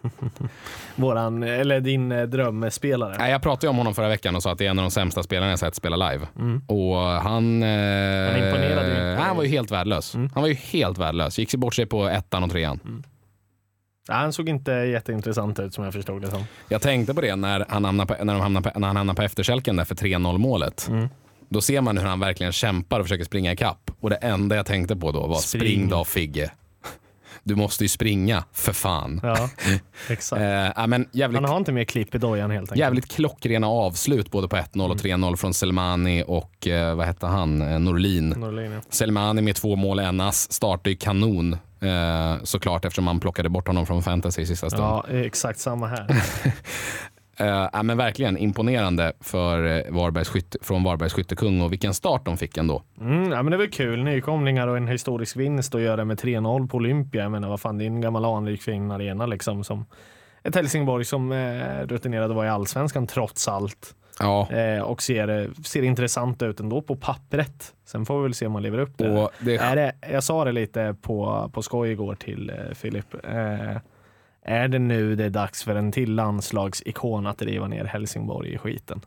Din drömspelare. Nej, jag pratade om honom förra veckan och sa att det är en av de sämsta spelarna jag sett spela live. Och han imponerade ju inte. Han var ju helt värdelös. Han var ju helt värdelös. Gick sig bort sig på 1:an och 3:an. Han såg inte jätteintressant ut som jag förstod det som. Jag tänkte på det när han hamnar på efterkälken där för 3-0 målet. Då ser man hur han verkligen kämpar och försöker springa i kapp. Och det enda jag tänkte på då var spring då, Figge. Du måste ju springa, för fan. Ja, exakt. Men han har inte mer klipp i dojan helt enkelt. Jävligt klockrena avslut både på 1-0 och 3-0 från Selmani och vad hette han? Norlin. Ja. Selmani med 2 mål, en ass, startade ju kanon. Såklart, eftersom man plockade bort honom från fantasy i sista stund. Ja, exakt samma här. Men verkligen imponerande från Varbergs skyttekung, och vilken start de fick ändå. Ja, men det var kul, nykomlingar och en historisk vinst och göra det med 3-0 på Olympia. Jag menar, vad fan, det är en gammal anrik fin arena liksom, som ett Helsingborg som rutinerade var i Allsvenskan trots allt. Ja. Och ser intressant ut ändå på pappret. Sen får vi väl se om man lever upp det. Jag sa det lite på skoj igår till Filip. Är det nu det är dags för en till landslagsikon att driva ner Helsingborg i skiten?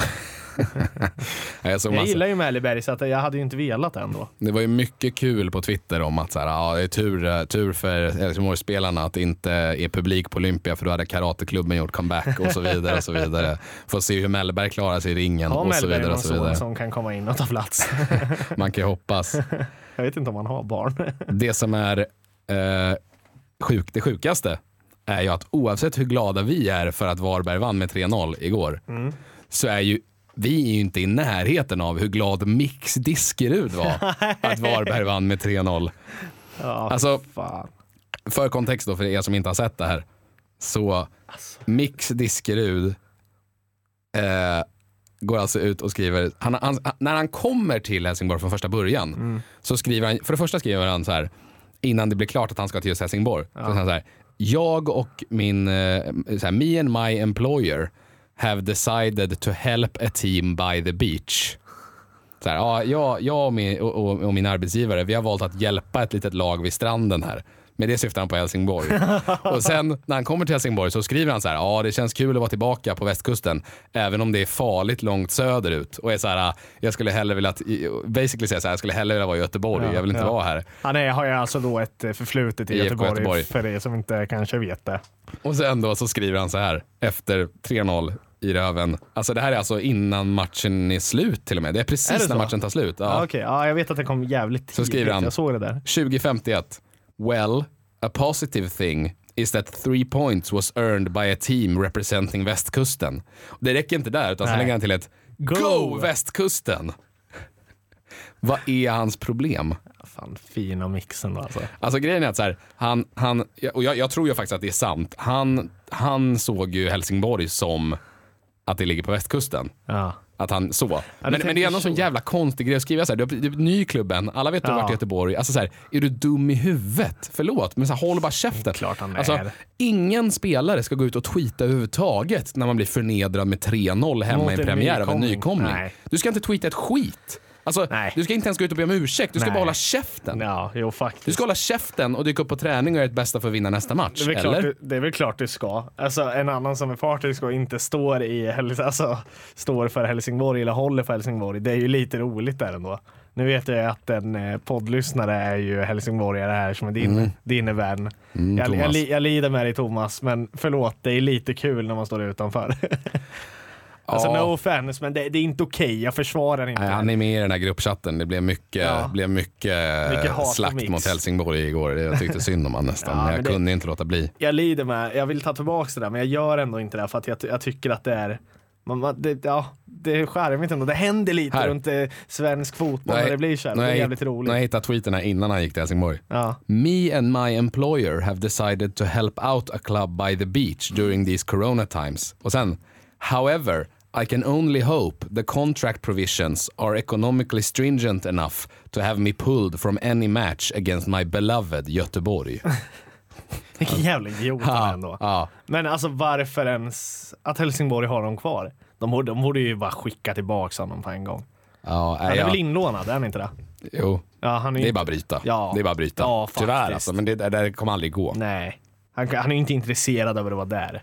Jag gillar ju Mellberg, så att jag hade ju inte velat ändå. Det var ju mycket kul på Twitter om att så här, det är tur för Helsingborgsspelarna att det inte är publik på Olympia, för då hade karateklubben gjort comeback och så vidare och så vidare. Får se hur Mellberg klarar sig i ringen och så vidare och så vidare. Som kan komma in och ta plats. Man kan ju hoppas. Jag vet inte om man har barn. Det som är det sjukaste är ju att oavsett hur glada vi är för att Varberg vann med 3-0 igår, så är ju vi är ju inte i närheten av hur glad Mix Diskerud var att Varberg vann med 3-0. Ja, alltså, fan. För kontext då, för er som inte har sett det här, så Mix Diskerud går alltså ut och skriver, när han kommer till Helsingborg från första början, så skriver han, för det första skriver han så här, innan det blir klart att han ska till just Helsingborg, så han så här: jag och me and my employer have decided to help a team by the beach. Så här, jag och min arbetsgivare, vi har valt att hjälpa ett litet lag vid stranden här. Men det syftar han på Helsingborg. Och sen när han kommer till Helsingborg så skriver han så här: det känns kul att vara tillbaka på västkusten, även om det är farligt långt söderut. Och är så här, jag skulle hellre vilja basically säga så här, jag skulle hellre vilja vara i Göteborg, jag vill inte vara här. Han har ju alltså då ett förflutet i Göteborg, för det som inte kanske vet det. Och sen då så skriver han så här efter 3-0 i röven. Alltså det här är alltså innan matchen är slut till och med. Det är precis när matchen tar slut. Ja. Okej. Ja, jag vet att det kom jävligt tidigt. Så skriver han, jag såg det där. 2051. Well, a positive thing is that 3 points was earned by a team representing västkusten. Det räcker inte där, utan så lägger han till ett Go västkusten! Vad är hans problem? Fan, fina mixen alltså. Alltså grejen är att så här, och jag tror ju faktiskt att det är sant. Han såg ju Helsingborg som att det ligger på västkusten. Ja. Att han så. Men det är ändå en sån jävla konstig grej att skriva så här. Du är ny i klubben, alla vet du vart i Göteborg. Alltså så här, är du dum i huvudet? Förlåt, men så här, håll bara käften. Klart han är. Alltså, ingen spelare ska gå ut och tweeta överhuvudtaget när man blir förnedrad med 3-0 hemma i premiär av en nykomling. Nej. Du ska inte tweeta ett skit. Alltså, du ska inte ens gå ut och be om ursäkt. Du ska bara hålla käften. Ja, jo, faktiskt. Du ska hålla käften och dyka upp på träning och göra ett bästa för att vinna nästa match. Det är väl klart du ska. Alltså, en annan som är partisk och inte står för Helsingborg eller håller för Helsingborg. Det är ju lite roligt där ändå. Nu vet jag att en poddlyssnare är ju helsingborgare här som är din vän. Jag lider med dig, Thomas, men förlåt, det är lite kul när man står utanför. Alltså no offense, men det är inte okej. Jag försvarar inte. Nej, han är med i den här gruppchatten. Det blev mycket slakt mot Helsingborg igår. Jag tyckte synd om han nästan. Men jag kunde inte låta bli. Jag lider med. Jag vill ta tillbaka det där, men jag gör ändå inte det för att jag tycker att det är det är charmigt ändå. Det händer lite här runt svensk fotboll när det blir så här. Det är jävligt roligt. När jag hittade tweeten här innan han gick till Helsingborg. Me and my employer have decided to help out a club by the beach during these corona times. Och sen, however, I can only hope the contract provisions are economically stringent enough to have me pulled from any match against my beloved Göteborg. Vilken jävla idiot ändå. Men alltså varför ens att Helsingborg har dem kvar? De borde ju bara skicka tillbaka honom på en gång. Han är väl inlånad, är han inte det? Jo, det är bara att bryta. Det är bara att bryta. Ja, tyvärr alltså, men det kommer aldrig gå. Nej, han är ju inte intresserad av att vara där.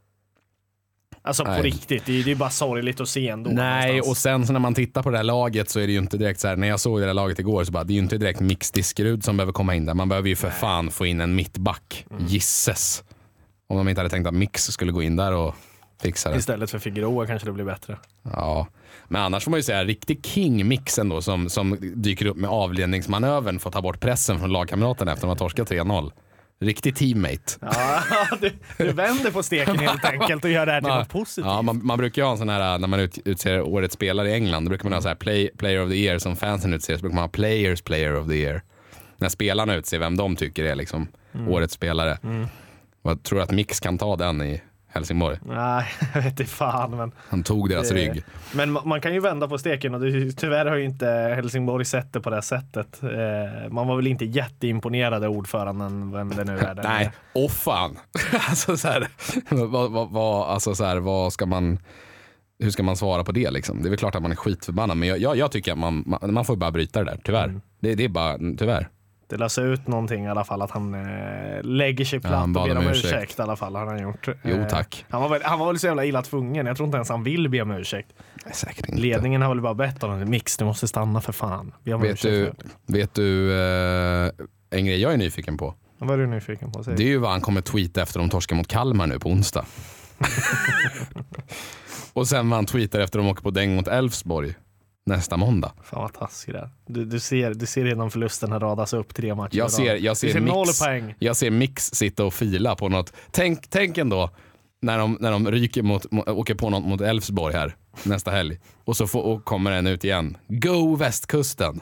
Alltså på riktigt, det är ju bara sorgligt att se ändå. Nej, någonstans. Och sen så när man tittar på det här laget så är det ju inte direkt så här. När jag såg det här laget igår så bara, det är ju inte direkt Mix Diskerud som behöver komma in där. Man behöver ju för fan få in en mittback, gisses. Om de inte hade tänkt att Mix skulle gå in där och fixa det. Istället för Figueroa kanske det blir bättre. Ja, men annars får man ju säga riktig king-mix ändå som dyker upp med avledningsmanövern för att ta bort pressen från lagkamraterna efter att de har torskat 3-0. Riktig teammate. Ja, du vänder på steken helt enkelt och gör det här till något positivt. Ja, man brukar ju ha en sån här, när man utser årets spelare i England, då brukar man ha så här player of the year som fansen utser, så brukar man ha player of the year. När spelarna utser vem de tycker är liksom årets spelare. Vad tror du att Mix kan ta den i Helsingborg? Nej, jag vet inte fan. Men han tog deras rygg. Men man kan ju vända på steken och tyvärr har ju inte Helsingborg sett det på det sättet. Man var väl inte jätteimponerad av ordföranden, vem det nu är. Nej, fan. Alltså så här, vad ska man... Hur ska man svara på det liksom? Det är väl klart att man är skitförbannad, men jag tycker att man får bara bryta det där, tyvärr. Det är bara, tyvärr. Det läser ut någonting i alla fall, att han lägger sig platt och ber om ursäkt i alla fall har han gjort. Jo, tack. Han var väl så jävla illa tvungen. Jag tror inte ens han vill be om ursäkt. Nej, säkert inte. Ledningen har väl bara bett honom, Mix, du måste stanna för fan. Vet du en grej jag är nyfiken på? Vad är du nyfiken på? Det är ju vad han kommer tweeta efter de torskar mot Kalmar nu på onsdag. Och sen vad han tweetar efter de åker på däng mot Elfsborg nästa måndag. Fan vad taskig det. Du ser redan förlusten här radas upp 3 matcher. Jag ser Mix sitta och fila på något. Tänk ändå när de ryker åker på något mot Elfsborg här nästa helg. Och så och kommer den ut igen. Go västkusten.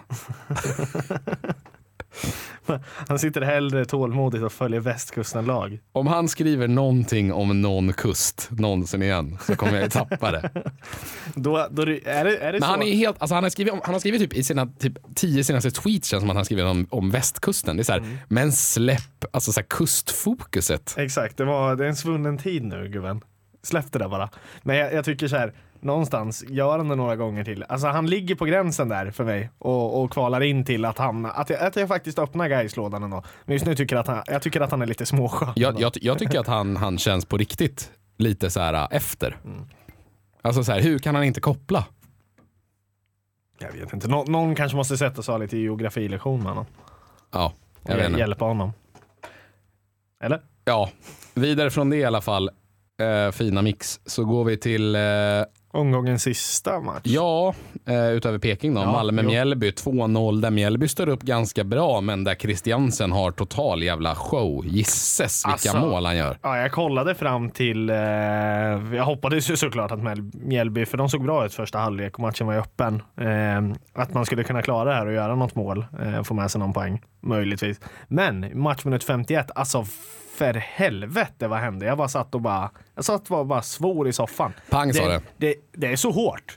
Han sitter hellre tålmodigt och följer västkusten-lag. Om han skriver någonting om någon kust någonsin igen så kommer jag tappa det. Då är det men så? Han är helt, alltså han har skrivit typ i sina 10 senaste tweets känns som att han skrivit om västkusten. Det är så här, men släpp alltså så här kustfokuset. Exakt, det är en svunnen tid nu, gubben. Släpp det där bara. Men jag tycker så här, någonstans gör han det några gånger till. Alltså han ligger på gränsen där för mig och kvalar in till att jag faktiskt öppnar Gaislådan ändå. Men just nu tycker jag att han är lite småskön. Jag tycker att han känns på riktigt lite så här efter. Alltså så här, hur kan han inte koppla? Jag vet inte. Någon kanske måste sätta sig lite i geografilektion med honom. Ja, jag vet inte. Hjälpa honom. Eller? Ja, vidare från det i alla fall. Fina Mix. Så går vi till omgångens sista match. Ja, utöver Peking då. Malmö-Mjällby 2-0 där Mjällby står upp ganska bra, men där Christiansen har total jävla show. Gisses vilka mål han gör. Ja, jag kollade fram till jag hoppades ju såklart att Mjällby, för de såg bra ut första halvlek och matchen var öppen. Att man skulle kunna klara det här och göra något mål, få med sig någon poäng möjligtvis. Men matchminut 51, alltså för helvete vad hände? Jag satt och bara svor i soffan. Pang sa det. Det är så hårt.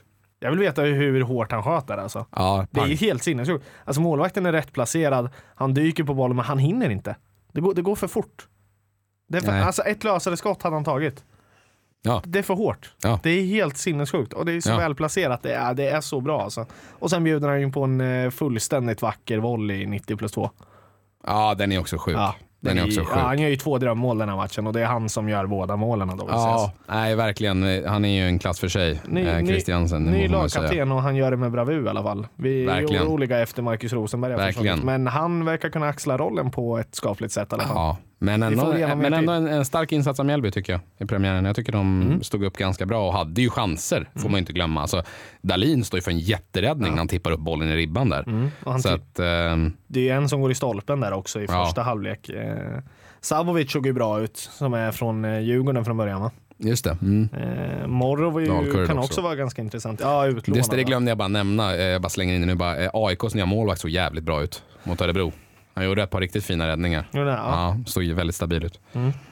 Jag vill veta hur hårt han sköter alltså. Ja, det är ju helt sinnessjukt. Alltså målvakten är rätt placerad. Han dyker på bollen men han hinner inte. Det går för fort. Alltså ett lösare skott hade han tagit. Ja. Det är för hårt. Ja. Det är helt sinnessjukt. Och det är så välplacerat. Det är så bra alltså. Och sen bjuder han in på en fullständigt vacker volley i 90+2. Ja, den är också sjuk. Ja. Den är också sjuk. Han gör ju 2 drömmål den här matchen och det är han som gör båda målen då. Nej, verkligen. Han är ju en klass för sig. Christiansen. Ny lagkapten och han gör det med bravur i alla fall. Vi är oroliga efter Marcus Rosenberg. Verkligen. Men han verkar kunna axla rollen på ett skapligt sätt i alla fall. Ja. Men ändå en stark insats av Mjällby tycker jag i premiären. Jag tycker de stod upp ganska bra och hade ju chanser, får man inte glömma. Alltså, Dahlin står ju för en jätteräddning när han tippar upp bollen i ribban där. Det är en som går i stolpen där också i första halvlek. Savovic såg ju bra ut, som är från Djurgården från början, va? Just det. Morro kan också vara ganska intressant. Ja, utlånad. Det glömde jag bara nämna. Jag bara slänger in det nu. AIKs nya målvakt såg jävligt bra ut mot Örebro. Han gjorde ett par riktigt fina räddningar. Såg ju väldigt stabil ut.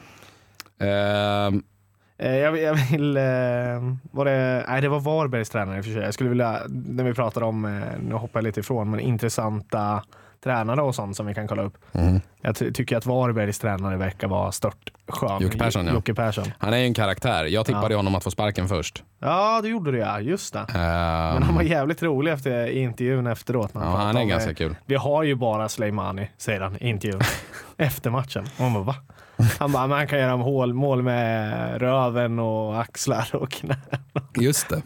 Jag vill... det var Varbergs tränare i och för sig. Jag skulle vilja, när vi pratar om, nu hoppar jag lite ifrån, men intressanta tränare och sånt som vi kan kolla upp. Jag tycker att Varbergs tränare verkar vara stört skön. Jocke Persson. Han är ju en karaktär. Jag tippade honom att få sparken först. Ja, det gjorde det, just det. Men han var jävligt rolig efter intervjun efteråt. Han är ganska kul. Vi har ju bara Sleimani, säger han i intervjun. Efter matchen. Och man bara, va? Han bara, man kan göra mål med röven och axlar och knän. Just det.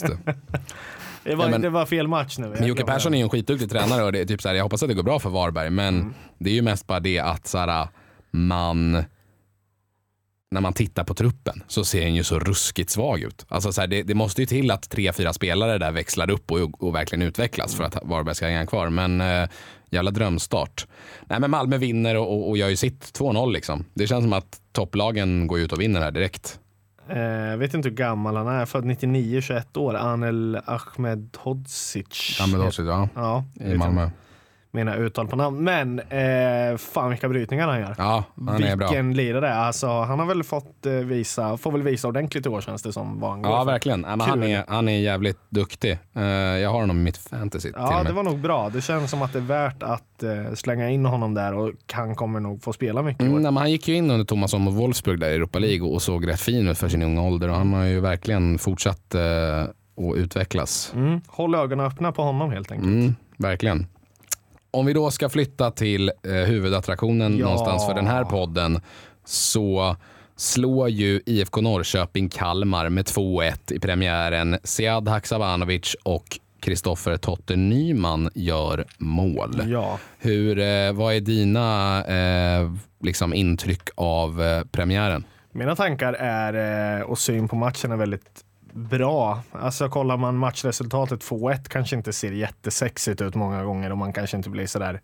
Det var fel match nu. Men Jocke Persson är ju en skitduktig tränare och det är typ så här, jag hoppas att det går bra för Varberg, men det är ju mest bara det att så här, när man tittar på truppen så ser den ju så ruskigt svag ut. Alltså så här, det måste ju till att 3-4 spelare där växlar upp och verkligen utvecklas för att Varberg ska hänga kvar, men jävla drömstart. Nej, men Malmö vinner och gör ju sitt 2-0 liksom. Det känns som att topplagen går ut och vinner här direkt. Jag vet inte hur gammal han är. Född 99, 21 år. Anel Ahmedhodzic. Ja. I Malmö. Mina uttal på namn. Men fan vilka brytningar han gör. Ja, han är bra. Vilken lirare. Alltså, han har väl får väl visa ordentligt i år, känns det som. Ja, verkligen. Men han är jävligt duktig. Jag har honom i mitt fantasy. Ja, det var nog bra. Det känns som att det är värt att slänga in honom där och han kommer nog få spela mycket. Men han gick ju in under Thomasson och Wolfsburg där i Europa League och såg rätt fin ut för sin unga ålder och han har ju verkligen fortsatt att utvecklas. Håll ögonen öppna på honom helt enkelt. Verkligen. Om vi då ska flytta till huvudattraktionen någonstans för den här podden, så slår ju IFK Norrköping Kalmar med 2-1 i premiären. Sead Haksabanovic och Kristoffer Totte Nyman gör mål. Ja. Vad är dina liksom intryck av premiären? Mina tankar är och syn på matchen är väldigt bra. Alltså kollar man matchresultatet 2-1 kanske inte ser jättesexigt ut många gånger och man kanske inte blir sådär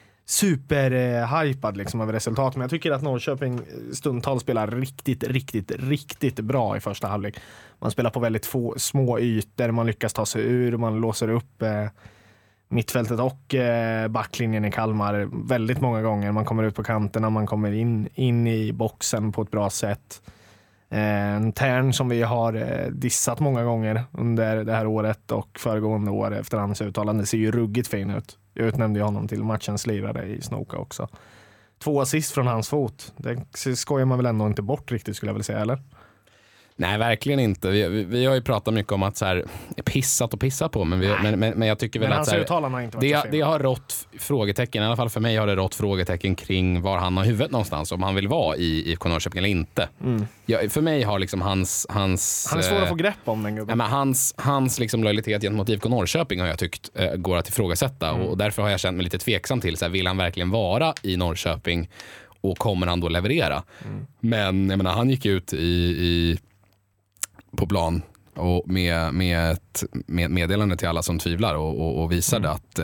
superhypad liksom över resultat. Men jag tycker att Norrköping stundtals spelar riktigt bra i första halvlek. Man spelar på väldigt små ytor, man lyckas ta sig ur, man låser upp mittfältet och backlinjen i Kalmar väldigt många gånger. Man kommer ut på kanterna, man kommer in i boxen på ett bra sätt. En Tern som vi har dissat många gånger under det här året och föregående år efter hans uttalande ser ju ruggigt fin ut. Jag utnämnde honom till matchens lirare i Snoka också. 2 assist från hans fot. Det skojar man väl ändå inte bort riktigt, skulle jag väl säga, eller? Nej, verkligen inte. Vi har ju pratat mycket om att så här, pissat och pissa på, men jag tycker väl att så här, det har rått frågetecken, i alla fall för mig har det rått frågetecken kring var han har huvudet någonstans, om han vill vara i IFK Norrköping eller inte. För mig har liksom hans han är svår att få grepp om den gubben. Men hans liksom lojalitet gentemot IFK Norrköping har jag tyckt går att ifrågasätta och därför har jag känt mig lite tveksam till så här, vill han verkligen vara i Norrköping och kommer han då leverera? Men jag menar, han gick ut på plan och med ett meddelande till alla som tvivlar och visade att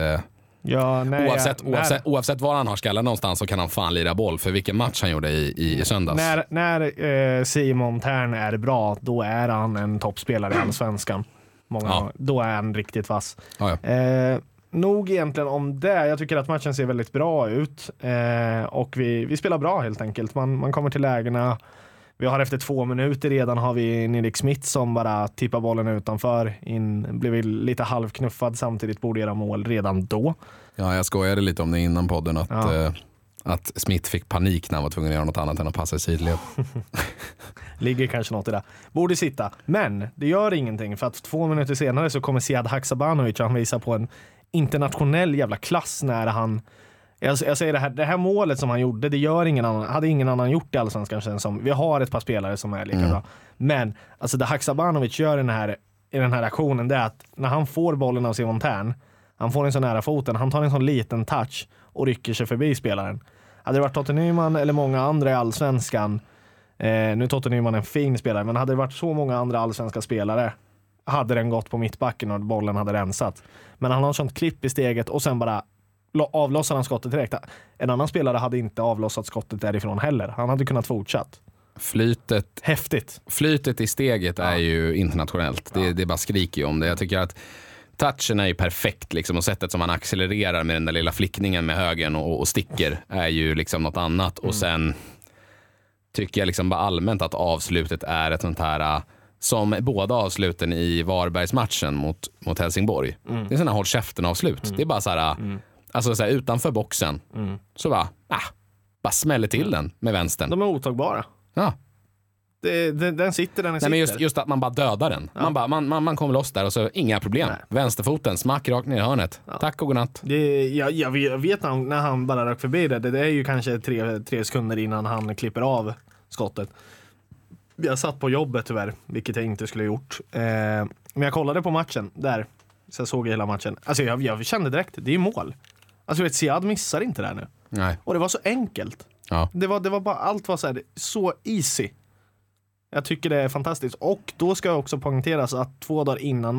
oavsett var han har skallen någonstans så kan han fan lira boll, för vilken match han gjorde i söndags. När Simon Tern är bra, då är han en toppspelare i Allsvenskan. Då är han riktigt vass. Nog egentligen om det. Jag tycker att matchen ser väldigt bra ut och vi spelar bra helt enkelt. Man kommer till lägena. Vi har efter 2 minuter redan har vi Nick Smith som bara tippar bollen utanför. Blev lite halvknuffad, samtidigt borde göra mål redan då. Ja, jag skojade lite om det innan podden att Smith fick panik när han var tvungen att göra något annat än att passa i sidled. Ligger kanske något i det. Borde sitta. Men det gör ingenting, för att 2 minuter senare så kommer Sead Haksabanovic och han visar på en internationell jävla klass när han... Jag säger det här målet som han gjorde, det gör ingen annan, hade ingen annan gjort i Allsvenskan känns som. Vi har ett par spelare som är lika bra. Men alltså det Haksabanovic gör i den här aktionen, det är att när han får bollen av Simon Tern, han får en så nära foten, han tar en sån liten touch och rycker sig förbi spelaren. Hade det varit Totte Nyman eller många andra i Allsvenskan, nu är Totte Nyman en fin spelare, men hade det varit så många andra allsvenska spelare hade den gått på mittbacken och bollen hade rensat. Men han har ett sånt klipp i steget och sen bara avlossar han skottet direkt. En annan spelare hade inte avlossat skottet därifrån heller. Han hade kunnat fortsatt. Häftigt. Flytet i steget är ju internationellt. Det bara skriker ju om det. Jag tycker att touchen är ju perfekt liksom, och sättet som han accelererar med den där lilla flickningen med högen och sticker är ju liksom något annat. Och sen tycker jag liksom bara allmänt att avslutet är ett sånt här som båda avsluten i Varbergsmatchen mot Helsingborg. Det är sådana håll käften avslut. Det är bara så här alltså så här, utanför boxen så bara smäller till den med vänstern. De är otagbara. Ja. Den sitter där den sitter. Nej, men just att man bara dödar den. Ja. Man kommer loss där och så inga problem. Nej. Vänsterfoten, smack rakt ner i hörnet. Ja. Tack och godnatt. Jag vet när han bara rök förbi det är ju kanske 3 sekunder innan han klipper av skottet. Jag satt på jobbet tyvärr, vilket jag inte skulle ha gjort. Men jag kollade på matchen där. Så jag såg hela matchen. Alltså jag kände direkt, det är ju mål. Alltså Sead missar inte där nu. Nej. Och det var så enkelt. Ja. Det var bara, allt var så easy. Jag tycker det är fantastiskt. Och då ska jag också poängteras att 2 dagar innan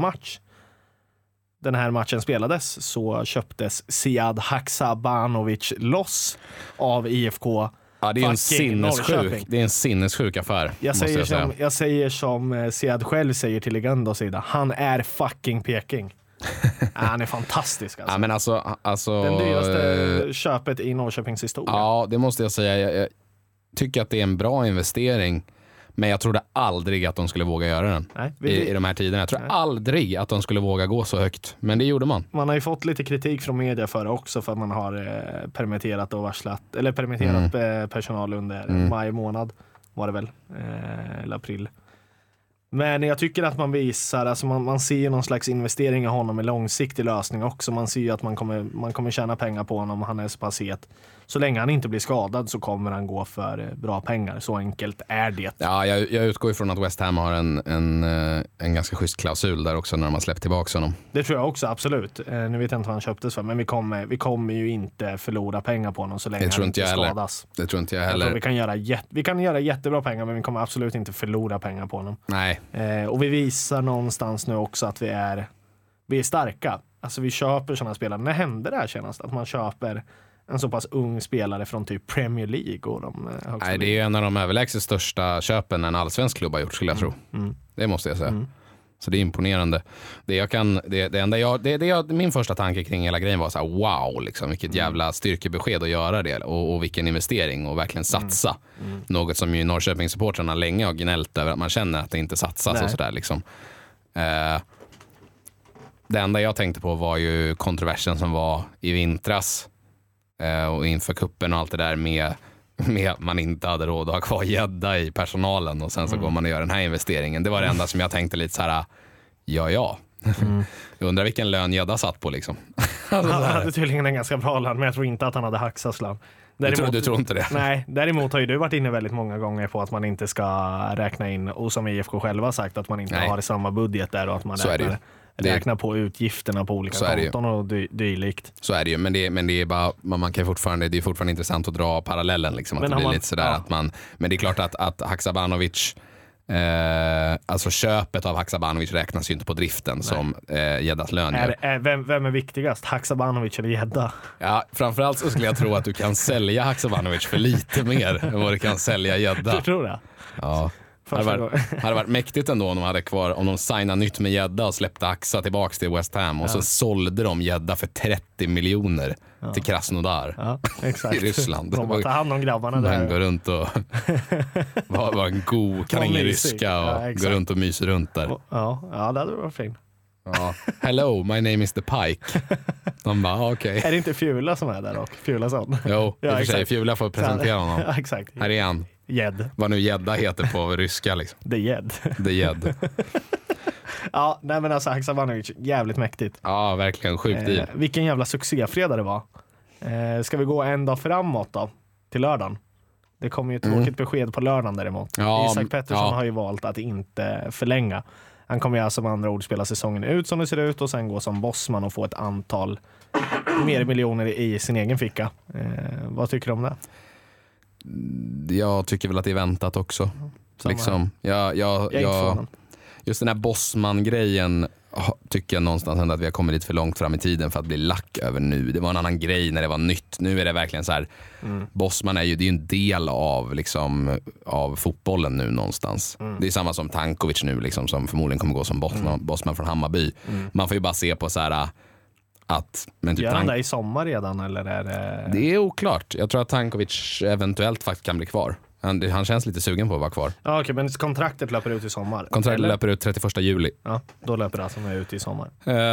den här matchen spelades, så köptes Sead Haksabanovic loss av IFK. Ja, det är en sinnessjuk affär. Jag säger som Sead själv säger till Legenda sida. Han är fucking Peking. Han är fantastisk alltså. Ja, men alltså den dyraste köpet i Norrköpings historia. Ja, det måste jag säga. Jag tycker att det är en bra investering. Men jag trodde aldrig att de skulle våga göra den. I de här tiderna. Jag tror aldrig att de skulle våga gå så högt. Men det gjorde man. Man har ju fått lite kritik från media för också, för att man har permitterat och varslat, eller permitterat personal under maj månad var det väl, eller april. Men jag tycker att man visar, alltså man ser ju någon slags investering i honom, en långsiktig lösning också. Man ser ju att man kommer tjäna pengar på honom, han är så pass het. Så länge han inte blir skadad så kommer han gå för bra pengar. Så enkelt är det. Ja, jag utgår ifrån att West Ham har en ganska schysst klausul där också när de har släppt tillbaka honom. Det tror jag också, absolut. Nu vet jag inte vad han köptes för, men vi kommer ju inte förlora pengar på honom så länge han inte skadas. Det tror inte jag heller. Vi kan göra jättebra pengar, men vi kommer absolut inte förlora pengar på honom. Nej. Och vi visar någonstans nu också att vi är starka. Alltså vi köper sådana spelare. När hände det här senast? Att man köper en så pass ung spelare från typ Premier League och de högsta. Nej, det är ju en av de överlägset största köpen en allsvensk klubb har gjort, skulle jag tro. Det måste jag säga. Så det är imponerande. Min första tanke kring hela grejen var så här: wow, liksom, vilket jävla styrkebesked att göra det, och vilken investering och verkligen satsa. Något som ju Norrköpingssupportrarna länge har gnällt över, att man känner att det inte satsas och sådär liksom. Det enda jag tänkte på var ju kontroversen som var i vintras och inför kuppen och allt det där med att man inte hade råd att ha kvar gädda i personalen, och sen så går man och gör den här investeringen. Det var det enda som jag tänkte lite så här: ja. Jag undrar vilken lön gädda satt på liksom. Han hade tydligen en ganska bra lön, men jag tror inte att han hade Haksaslan. Du tror inte det? Nej, däremot har ju du varit inne väldigt många gånger på att man inte ska räkna in, och som IFK själva sagt, att man inte har samma budget där, och att man räknar på utgifterna på olika konton och dylikt. Så är det ju, men det är bara, man kan fortfarande, det är fortfarande intressant att dra parallellen liksom, att det blir lite sådär att man, men det är klart att Haksabanovic, alltså köpet av Haksabanovic räknas ju inte på driften som Gäddas lön gör. Vem är viktigast, Haksabanovic eller Gädda? Ja, framförallt så skulle jag tro att du kan sälja Haksabanovic för lite mer än vad du kan sälja Gädda. Du tror det? Ja. hade varit mäktigt ändå om de hade kvar, om de signade nytt med Gedda och släppte Axa tillbaks till West Ham och så sålde de Gedda för 30 miljoner till Krasnodar i Ryssland. De tar hand om grabbarna där. Man går runt och var en god, kan ingen ryska och går runt och myser runt där. Ja, det hade varit fint. Ja. Hello, my name is the Pike. De bara, okej. Är det inte Fjula som är där och Fjulason? Jo, i och för sig. Fjula får presentera honom. Ja, exakt. Här är han. Gädd. Vad nu Gedda heter på ryska liksom. Det är gädd. Det är gädd. Ja, nej men alltså Haksabanovic, jävligt mäktigt. Ja, verkligen sjukt i. Vilken jävla succéfredag det var. Ska vi gå en dag framåt då? Till lördagen. Det kommer ju ett tråkigt besked på lördagen däremot. Ja, Isak Pettersson har ju valt att inte förlänga. Han kommer ju alltså med andra ord spela säsongen ut som det ser ut och sen gå som bossman och få ett antal mer miljoner i sin egen ficka. Vad tycker du om det? Jag tycker väl att det är väntat också. Liksom. Just den här bossman-grejen tycker jag någonstans ändå att vi har kommit lite för långt fram i tiden för att bli lack över nu. Det var en annan grej när det var nytt. Nu är det verkligen så här, bossman det är ju en del av, liksom, av fotbollen nu någonstans. Det är samma som Tankovic nu liksom, som förmodligen kommer gå som bossman från Hammarby. Man får ju bara se på så här att... Men typ gör han det i sommar redan eller är det... Det är oklart. Jag tror att Tankovic eventuellt faktiskt kan bli kvar. Han känns lite sugen på att vara kvar. Ja, okej, men kontraktet löper ut i sommar? Kontraktet löper ut 31 juli. Ja, då löper det alltså ut i sommar.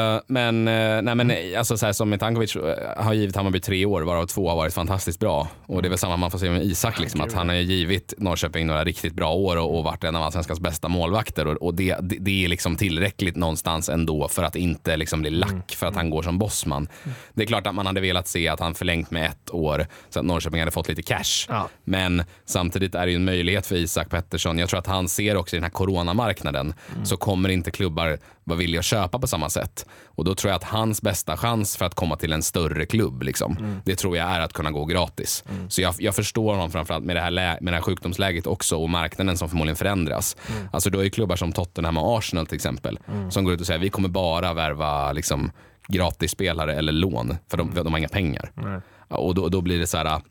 Alltså så här, som med Tankovic har givit Hammarby 3 år, varav 2 har varit fantastiskt bra. Och det är väl samma man får se med Isak, liksom, att han har givit Norrköping några riktigt bra år och varit en av allsvenskans bästa målvakter. Och det är liksom tillräckligt någonstans ändå för att inte liksom bli lack för att han går som bossman. Det är klart att man hade velat se att han förlängt med 1 år så att Norrköping hade fått lite cash. Ja. Men samtidigt är det ju en möjlighet för Isak Pettersson. Jag tror att han ser också i den här coronamarknaden så kommer inte klubbar vara villiga att köpa på samma sätt. Och då tror jag att hans bästa chans för att komma till en större klubb liksom, det tror jag är att kunna gå gratis. Så jag förstår honom framförallt med det här sjukdomsläget också och marknaden som förmodligen förändras. Alltså då är klubbar som Tottenham och Arsenal till exempel som går ut och säger vi kommer bara värva liksom gratis spelare eller lån för de har inga pengar. Och då blir det så här,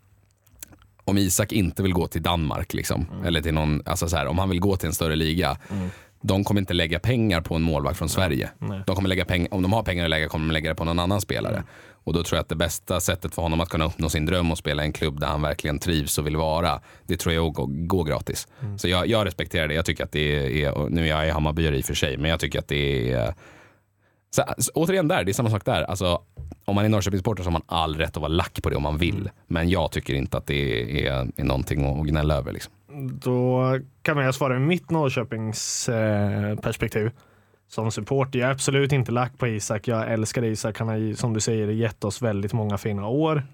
om Isak inte vill gå till Danmark liksom, eller till någon, alltså så här, om han vill gå till en större liga, de kommer inte lägga pengar på en målvakt från Sverige. De kommer lägga pengar, om de har pengar att lägga kommer de lägga det på någon annan spelare. Och då tror jag att det bästa sättet för honom att kunna uppnå sin dröm och spela i en klubb där han verkligen trivs och vill vara, det tror jag går gratis. Så jag respekterar det. Jag tycker att det är, nu är jag i Hammarby i och för sig, men jag tycker att det är så, återigen det är samma sak där. Alltså, om man är Norrköpingsporter så har man all rätt att vara lack på det om man vill. Men jag tycker inte att det är någonting att gnälla över. Liksom. Då kan jag svara med mitt Norrköpings perspektiv. Som supporter, jag är absolut inte lack på Isak. Jag älskar Isak. Han har, som du säger, gett oss väldigt många fina år.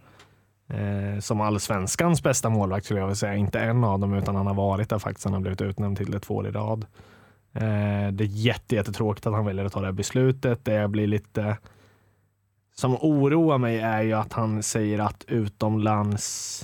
Som allsvenskans bästa målvakt skulle jag vilja säga. Inte en av dem, utan han har varit där faktiskt. Han har blivit utnämnd till det 2 år i rad. Det är jättetråkigt att han väljer att ta det här beslutet. Det blir lite... Som oroar mig är ju att han säger att utomlands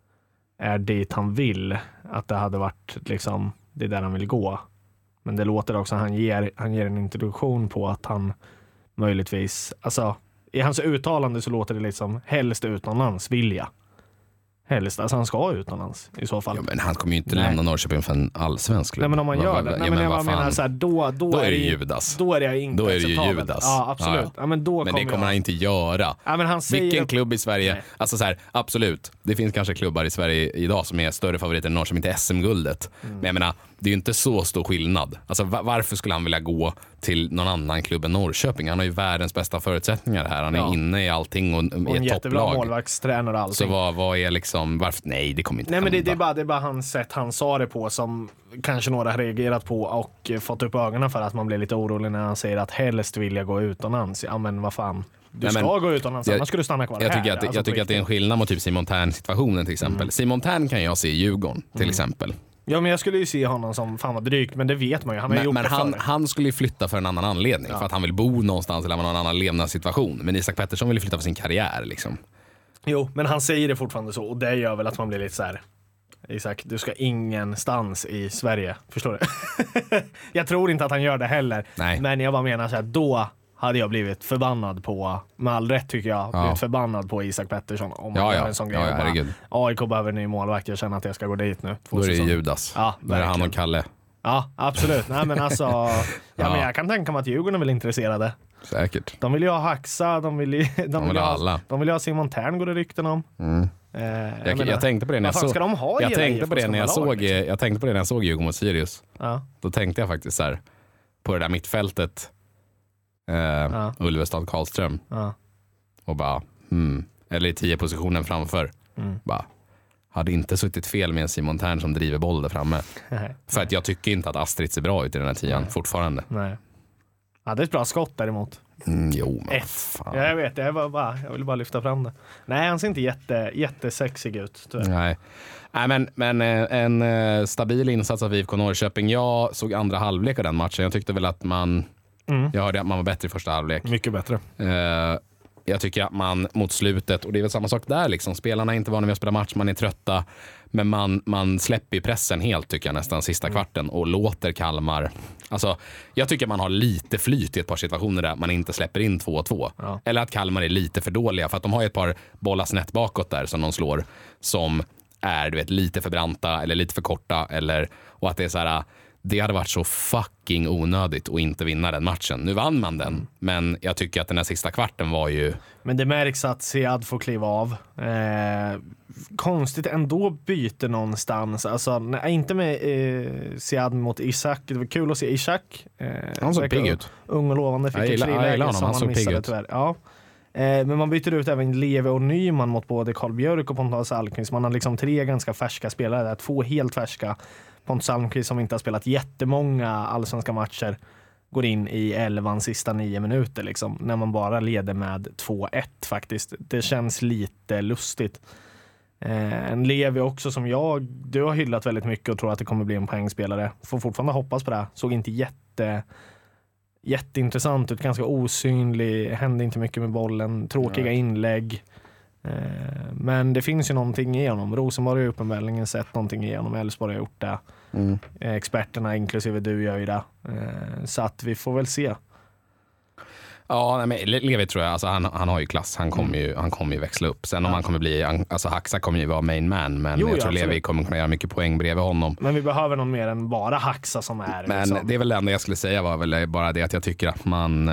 är dit han vill. Att det hade varit liksom, det är där han vill gå. Men det låter också, han ger en introduktion på att han möjligtvis, alltså i hans uttalande så låter det liksom helst utomlands vilja. Helst, alltså han ska utomlands i så fall. Ja, men han kommer ju inte lämna Norrköping för en allsvensk klubb. Nej, men om man gör det. Nej, men jag menar så här, då är det Judas. Då är det inte acceptabelt. Judas. Ja, absolut. Ja. Ja, men det kommer han inte göra. Ja, men han säger vilken klubb i Sverige, nej. Alltså så här, absolut. Det finns kanske klubbar i Sverige idag som är större favoriter än Norrköping till SM-guldet. Men jag menar, det är ju inte så stor skillnad. Alltså varför skulle han vilja gå till någon annan klubb än Norrköping? Han har ju världens bästa förutsättningar här. Han är inne i allting och i ett jättebra topplag. Målvaktstränare och allting. Så vad är liksom, varför? Nej, det kommer inte hända. Men det är bara hans sätt han sa det på som kanske några har reagerat på och fått upp ögonen för att man blir lite orolig när han säger att helst vill jag gå utomlands. Ja, men vad fan. Du ska gå utomlands, annars ska du stanna kvar jag här. Jag tycker att det är en skillnad mot typ Simon Tern-situationen till exempel. Simon Tern kan jag se i Djurgården till exempel. Ja, men jag skulle ju se honom som fan vad drygt, men det vet man ju. Han skulle ju flytta för en annan anledning. För att han vill bo någonstans eller ha någon annan levnadssituation. Men Isak Pettersson vill flytta för sin karriär liksom. Jo, men han säger det fortfarande så. Och det gör väl att man blir lite så här: Isak, du ska ingenstans i Sverige. Förstår du? Jag tror inte att han gör det heller. Nej. Men jag bara menar så här, då hade jag blivit förbannad på, med all rätt tycker jag, blivit förbannad på Isak Pettersson om man gör en sån grej. Herregud. AIK behöver en ny målvakt, jag känner att jag ska gå dit nu. Då är det Judas. Ja, då är det han och Kalle. Ja, absolut. Nej, men alltså, men jag kan tänka mig att Djurgården är väl intresserade. Säkert. De vill ju ha Haxa, de vill ha alla. De vill ha Simon Tern, går det rykten om. Jag tänkte på det när jag såg. Jag tänkte på det när jag såg Djurgården mot Sirius. Ja. Då tänkte jag faktiskt så här på det där mittfältet. Ulvestad Karlström. Ja. Och bara eller i 10 positionen framför. Bara hade inte suttit fel med en Simon Tern som driver boll där framme. För att jag tycker inte att Astrid ser bra ut i den här 10 fortfarande. Nej. Ja, det är ett bra skott däremot. Jo, men fan. Jag vet, jag vill bara lyfta fram det. Nej, han ser inte jättesexig ut, tyvärr. Nej, men en stabil insats av IFK Norrköping. Jag såg andra halvlek av den matchen. Jag tyckte väl att jag hörde att man var bättre i första halvlek. Mycket bättre. Jag tycker att man mot slutet, och det är väl samma sak där liksom, spelarna är inte vana vid att spela match, man är trötta, men man släpper pressen helt tycker jag nästan sista kvarten och låter Kalmar, alltså jag tycker man har lite flyt i ett par situationer där man inte släpper in 2-2. Ja. Eller att Kalmar är lite för dåliga för att de har ett par bollar snett bakåt där som de slår som är lite för branta eller lite för korta, och att det är så här. Det hade varit så fucking onödigt att inte vinna den matchen. Nu vann man den, men jag tycker att den här sista kvarten var ju... Men det märks att Sead får kliva av. Konstigt ändå byter någonstans. Alltså, inte med Sead mot Isak. Det var kul att se Isak. Han såg pigg ut. Ung och lovande. Fick ett friläge som han missade tyvärr. Ja. Men man byter ut även Leve och Nyman mot både Carl Björk och Pontus Almqvist. Man har liksom 3 ganska färska spelare där. 2 helt färska. Pontus Almqvist som inte har spelat jättemånga allsvenska matcher går in i 11 sista 9 minuter liksom, när man bara leder med 2-1 faktiskt. Det känns lite lustigt. En Levi också som du har hyllat väldigt mycket och tror att det kommer bli en poängspelare. Får fortfarande hoppas på det. Såg inte jätteintressant ut, ganska osynlig, hände inte mycket med bollen, tråkiga inlägg. Men det finns ju någonting i honom. Rosenborg har uppenbarligen sett någonting i honom. Elfsborg har gjort det. Experterna inklusive du gör ju det. Så att vi får väl se. Ja, men Levi tror jag, alltså han har ju klass. Han kommer ju växla upp. Sen om han kommer bli, alltså Haxa kommer ju vara main man, men jag tror Levi kommer kunna göra mycket poäng bredvid honom. Men vi behöver någon mer än bara Haxa som är. Men liksom. Det är väl det enda jag skulle säga var väl bara det att jag tycker att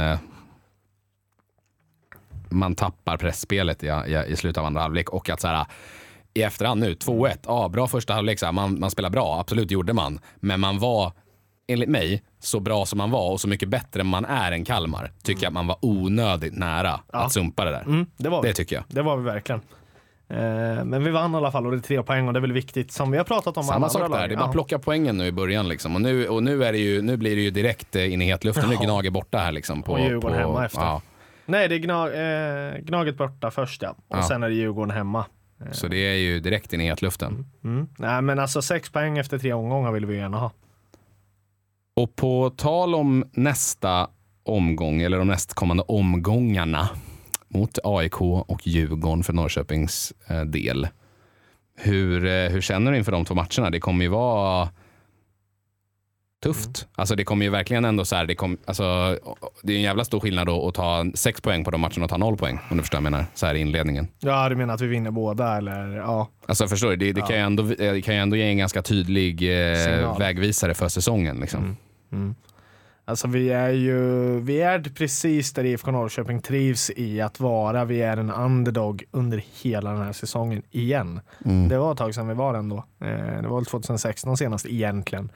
man tappar pressspelet i slutet av andra halvlek, och att så här i efterhand nu 2-1, bra första halvlek, så här, man spelar bra, absolut gjorde man, men man var enligt mig så bra som man var och så mycket bättre än man är än Kalmar, tycker jag att man var onödigt nära att sumpa det där. Det tycker jag. Det var vi verkligen. Men vi vann i alla fall och det är 3 poäng och det är väl viktigt som vi har pratat om. Samma sak där, det är bara plocka poängen nu i början liksom. Och nu blir det ju direkt in i hetluften. Nu Gnager borta här liksom på Djurgården hemma efter. Ja. Nej, det är Gnaget borta först och sen är det Djurgården hemma. Så det är ju direkt in i hetluften. Nej, men alltså 6 poäng efter 3 omgångar vill vi gärna ha. Och på tal om nästa omgång, eller de nästkommande omgångarna mot AIK och Djurgården för Norrköpings del. Hur känner du inför de 2 matcherna? Det kommer ju vara tufft. Alltså det kommer ju verkligen ändå så här, det är en jävla stor skillnad då att ta 6 poäng på de matcherna och ta 0 poäng, om du förstår vad jag menar, så här i inledningen. Ja, du menar att vi vinner båda, eller? Ja. Alltså förstår du, det kan ju ändå ge en ganska tydlig vägvisare för säsongen liksom. Alltså vi är precis där IFK Norrköping trivs i att vara. Vi är en underdog under hela den här säsongen igen. Det var ett tag sedan vi var ändå. Det var väl 2016 senast egentligen.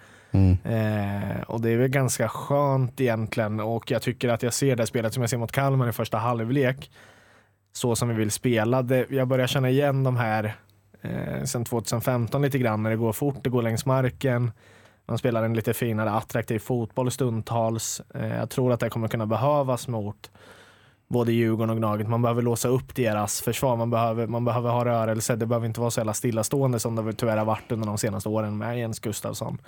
Och det är väl ganska skönt egentligen, och jag tycker att jag ser det spelet som jag ser mot Kalmar i första halvlek så som vi vill spela. Jag börjar känna igen de här sen 2015 lite grann, när det går fort, det går längs marken. Man spelar en lite finare, attraktiv fotboll stundtals. Jag tror att det kommer kunna behövas mot både Djurgården och Gnaget. Man behöver låsa upp deras försvar. Man behöver ha rörelse. Det behöver inte vara så jävla stillastående som det tyvärr har varit under de senaste åren med Jens Gustafsson.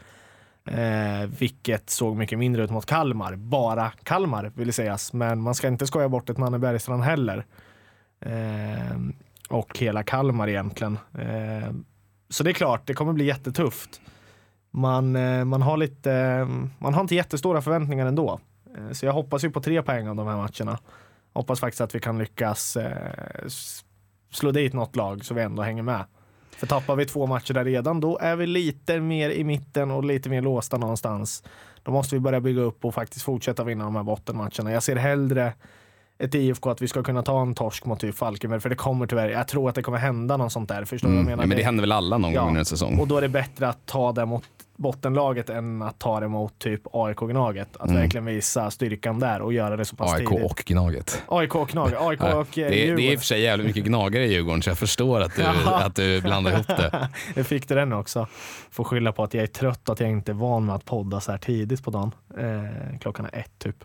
Vilket såg mycket mindre ut mot Kalmar. Bara Kalmar vill sägas. Men man ska inte skoja bort ett Manne Bergstrand heller. Och hela Kalmar egentligen. Så det är klart, det kommer bli jättetufft. Man har inte jättestora förväntningar ändå. Så jag hoppas ju på 3 poäng av de här matcherna. Hoppas faktiskt att vi kan lyckas slå dit något lag så vi ändå hänger med. För tappar vi 2 matcher där redan, då är vi lite mer i mitten och lite mer låsta någonstans. Då måste vi börja bygga upp och faktiskt fortsätta vinna de här bottenmatcherna. Jag ser hellre ett IFK att vi ska kunna ta en torsk mot typ Falkenberg, för det kommer tyvärr, jag tror att det kommer hända något sånt där. Förstår du vad jag menar? Men det händer väl alla någon gång under en säsong. Och då är det bättre att ta det mot bottenlaget än att ta det mot typ AIK-Gnaget. Att verkligen visa styrkan där och göra det så pass tidigt. AIK och Gnaget. AIK och Gnaget. AIK och det är i och för sig jävligt mycket gnagare i Djurgården, så jag förstår att du blandar ihop det. Jag fick det den också. Får skylla på att jag är trött och att jag inte är van med att podda så här tidigt på dagen. Klockan är 1 typ.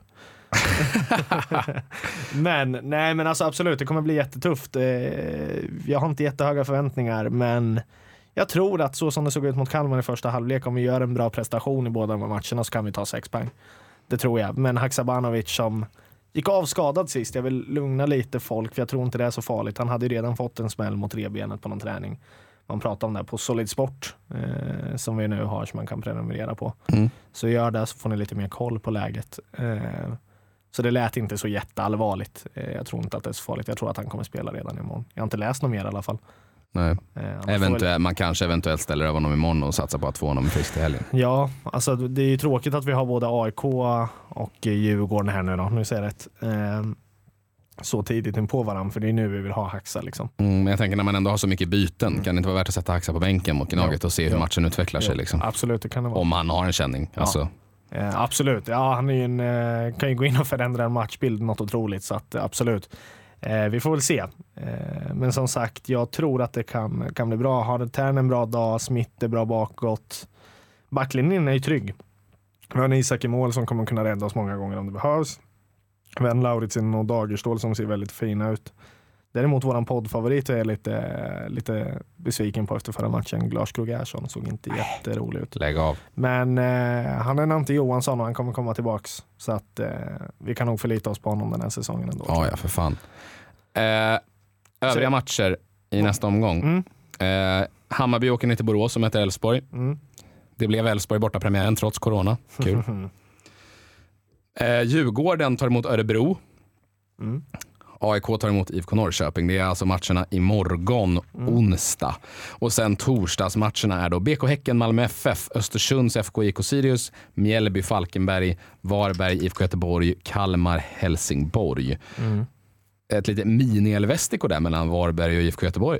men alltså absolut, det kommer bli jättetufft. Jag har inte jättehöga förväntningar, men jag tror att så som det såg ut mot Kalmar i första halvlek, om vi gör en bra prestation i båda de här matcherna, så kan vi ta 6 poäng. Det tror jag. Men Haksabanovic som gick avskadad sist, jag vill lugna lite folk, för jag tror inte det är så farligt. Han hade ju redan fått en smäll mot revbenet på någon träning. Man pratar om det på Solid Sport som vi nu har, som man kan prenumerera på. Så gör det, så får ni lite mer koll på läget. Så det lät inte så jätteallvarligt. Jag tror inte att det är så farligt. Jag tror att han kommer spela redan imorgon. Jag har inte läst något mer i alla fall. Nej. Man kanske eventuellt ställer över honom imorgon och satsar på att få honom frisk till helgen. Ja, alltså det är ju tråkigt att vi har både AIK och Djurgården här nu då. Nu ser jag rätt. Så tidigt in på varandra, för det är nu vi vill ha Haxa liksom. Men jag tänker, när man ändå har så mycket byten, kan det inte vara värt att sätta Haxa på bänken mot Gnaget och se hur matchen utvecklar sig liksom? Absolut, det kan det vara. Om han har en känning, alltså. Absolut, ja, han är ju kan ju gå in och förändra en matchbild något otroligt, så att absolut. Vi får väl se. Men som sagt, jag tror att det kan bli bra. Har Tern en bra dag, Smith är bra bakåt. Backlinjen är ju trygg. Vi har en Isak i mål som kommer kunna rädda oss många gånger om det behövs. Vi har en Lauritsen och Dagerstål som ser väldigt fina ut. Däremot våran poddfavorit är lite besviken på efter förra matchen. Lars Krogarsson såg inte jätterolig ut. Lägg av. Men han är en Ante Johansson och han kommer komma tillbaks. Så att vi kan nog förlita oss på honom den här säsongen ändå. Ja, för fan. Övriga matcher i nästa omgång. Hammarby åker ner till Borås som heter Elfsborg. Det blev Elfsborg borta premiären trots corona. Kul. Djurgården tar emot Örebro. AIK tar emot IFK Norrköping. Det är alltså matcherna imorgon, onsdag. Och sen torsdagsmatcherna är då BK Häcken, Malmö FF, Östersunds FK, IK Sirius, Mjällby, Falkenberg, Varberg, IFK Göteborg, Kalmar, Helsingborg. Ett litet mini-Elvestico där mellan Varberg och IFK Göteborg.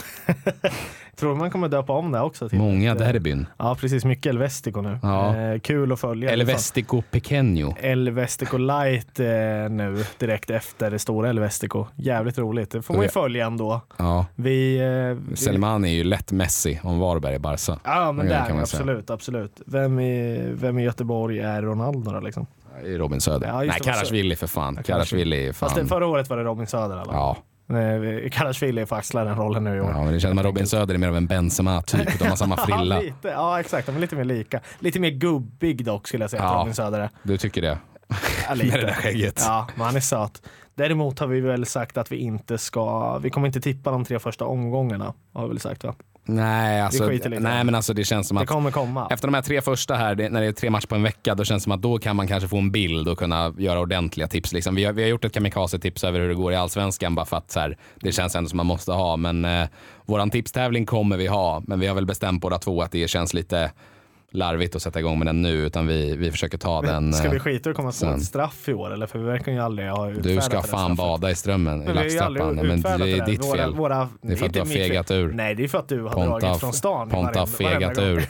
Tror man kommer döpa om det också till många derbyn. Ja, precis. Mycket Elvestico nu. Ja. Kul att följa. Elvestico Pequeño. Elvestico Light nu direkt efter det stora Elvestico. Jävligt roligt. Det får man ju följa ändå. Ja. Selman är ju lätt Messi om Varberg är Barca. Ja, men där absolut. Vem i Göteborg är Ronaldo då liksom? Robin Söder. Ja, nej, Karasvili för fan. Karasvili fan. Fast förra året var det Robin Söder eller? Ja. Karasvili får axla den rollen nu i år. Ja, men det känns som att Robin Söder är mer av en Benzema-typ. De har samma frilla. Ja, exakt. De är lite mer lika. Lite mer gubbig dock, skulle jag säga, Robin Söder är. Du tycker det? Ja, lite. Med det där skägget. Ja, men han är söt. Däremot har vi väl sagt att vi kommer inte tippa de 3 första omgångarna, har vi väl sagt, va? Nej, men alltså det känns som att det kommer komma. Efter de här 3 första här, när det är 3 matcher på en vecka, då känns det som att då kan man kanske få en bild och kunna göra ordentliga tips. Liksom. Vi har gjort ett kamikaze-tips över hur det går i Allsvenskan, bara för att så här, det känns ändå som man måste ha. Men våran tipstävling kommer vi ha, men vi har väl bestämt båda två att det känns lite larvigt att sätta igång med den nu, utan vi försöker ta den. Ska vi skita och komma få ett straff i år, eller? För vi verkar ju aldrig ha utfärdat. Du ska fan bada i Strömmen i laxtrappan, men det är ditt fel. Det är för att du har fegat ur. Nej, det är för att du har dragit från stan. Ponta har fegat ur.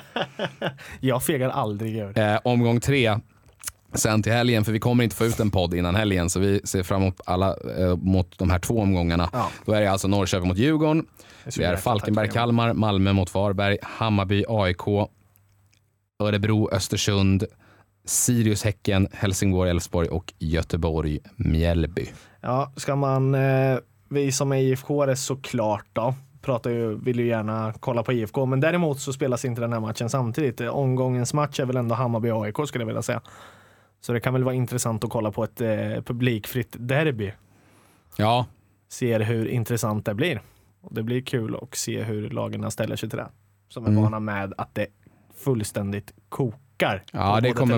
Jag fegar aldrig ur. Omgång 3 sen till helgen, för vi kommer inte få ut en podd innan helgen, så vi ser fram emot mot de här 2 omgångarna. Ja. Då är det alltså Norrköping mot Djurgården. Det är Falkenberg, Kalmar, Malmö mot Varberg, Hammarby, AIK, Örebro, Östersund, Sirius, Häcken, Helsingborg, Elfsborg och Göteborg, Mjällby. Ja, ska man vi som är IFK såklart då vill ju gärna kolla på IFK, men däremot så spelas inte den här matchen samtidigt. Omgångens match är väl ändå Hammarby och AIK, skulle jag vilja säga. Så det kan väl vara intressant att kolla på ett publikfritt derby. Ja. Ser hur intressant det blir. Och det blir kul att se hur lagarna ställer sig till det. Som är vana med att det fullständigt kokar kokar. Ja, den kommer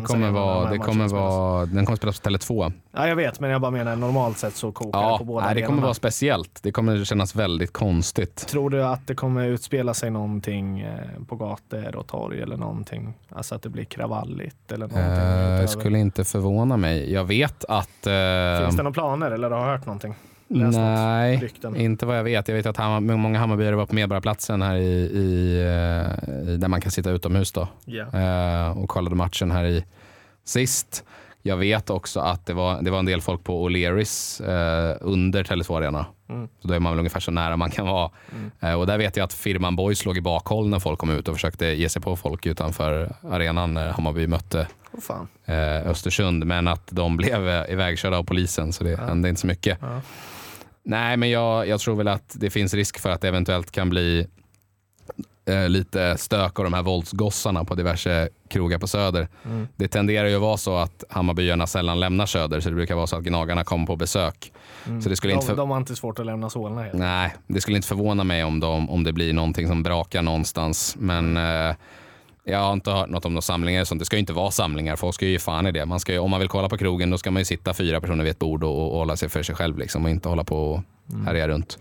spelas på Tele2. Ja, jag vet, men jag bara menar normalt sett så kokar det på båda. Ja, det kommer vara speciellt. Det kommer kännas väldigt konstigt. Tror du att det kommer utspela sig någonting på gator och torg eller någonting? Alltså att det blir kravalligt eller någonting? Skulle inte förvåna mig. Jag vet att... Finns det några planer eller har du hört någonting? Nej, inte vad jag vet. Jag vet att många Hammarbyare var på Medborgarplatsen här där man kan sitta utomhus då. Och kollade matchen här i sist. Jag vet också att det var en del folk på O'Learys under Tele2 Arena. Så då är man väl ungefär så nära man kan vara. Och där vet jag att firman Boys låg i bakhåll när folk kom ut och försökte ge sig på folk utanför arenan när Hammarby mötte Östersund. Men att de blev ivägkörda av polisen, så det hände inte så mycket. Nej, men jag tror väl att det finns risk för att det eventuellt kan bli lite stök av de här våldsgossarna på diverse krogar på Söder. Det tenderar ju att vara så att Hammarbyarna sällan lämnar Söder, så det brukar vara så att gnagarna kommer på besök. Så det skulle de har inte svårt att lämna Solna helt. Nej, det skulle inte förvåna mig om det blir någonting som brakar någonstans. Men jag har inte hört något om några samlingar. Sånt. Det ska ju inte vara samlingar, folk ska ju fan i det. Om man vill kolla på krogen, då ska man ju sitta 4 personer vid ett bord och hålla sig för sig själv liksom, och inte hålla på och härja runt.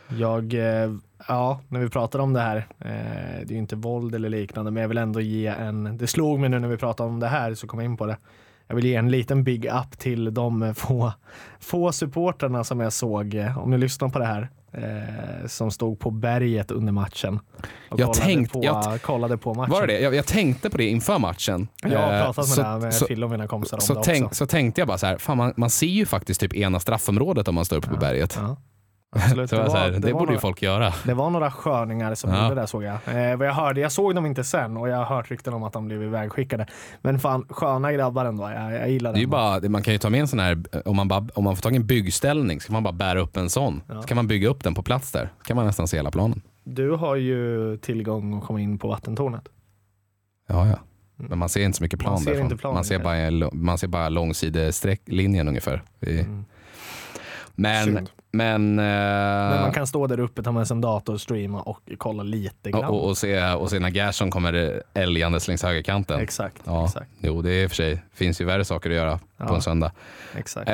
När vi pratar om det här, det är ju inte våld eller liknande, men jag vill ändå ge det slog mig nu när vi pratar om det här, så kom jag in på det. Jag vill ge en liten big up till de få supporterna som jag såg, om ni lyssnar på det här, som stod på berget under matchen och kollade på matchen. Var det? Jag tänkte på det inför matchen. Jag har pratat med Phil och mina kompisar om det också. Så tänkte jag bara så här, fan, man ser ju faktiskt typ ena straffområdet om man står uppe på berget. Ja. Absolut. Det borde ju folk göra. Det var några sköningar som gjorde det, såg jag. Jag såg dem inte sen, och jag har hört rykten om att de blev ivägskickade. Men fan, sköna grabbar ändå. Jag gillar det. Är ju bara, man kan ju ta med en sån här, om man får tag i en byggställning, så kan man bara bära upp en sån. Så kan man bygga upp den på plats där. Så kan man nästan se hela planen. Du har ju tillgång att komma in på vattentornet. Ja. Men man ser inte så mycket plan därifrån. Man ser bara långsidesträcklinjen ungefär. Men man kan stå där uppe, ta med sig en dator och streama och kolla lite grann. Och se när Gerson kommer älgandes längs högerkanten. Exakt. Jo, det är för sig. Finns ju värre saker att göra på en söndag. Exakt.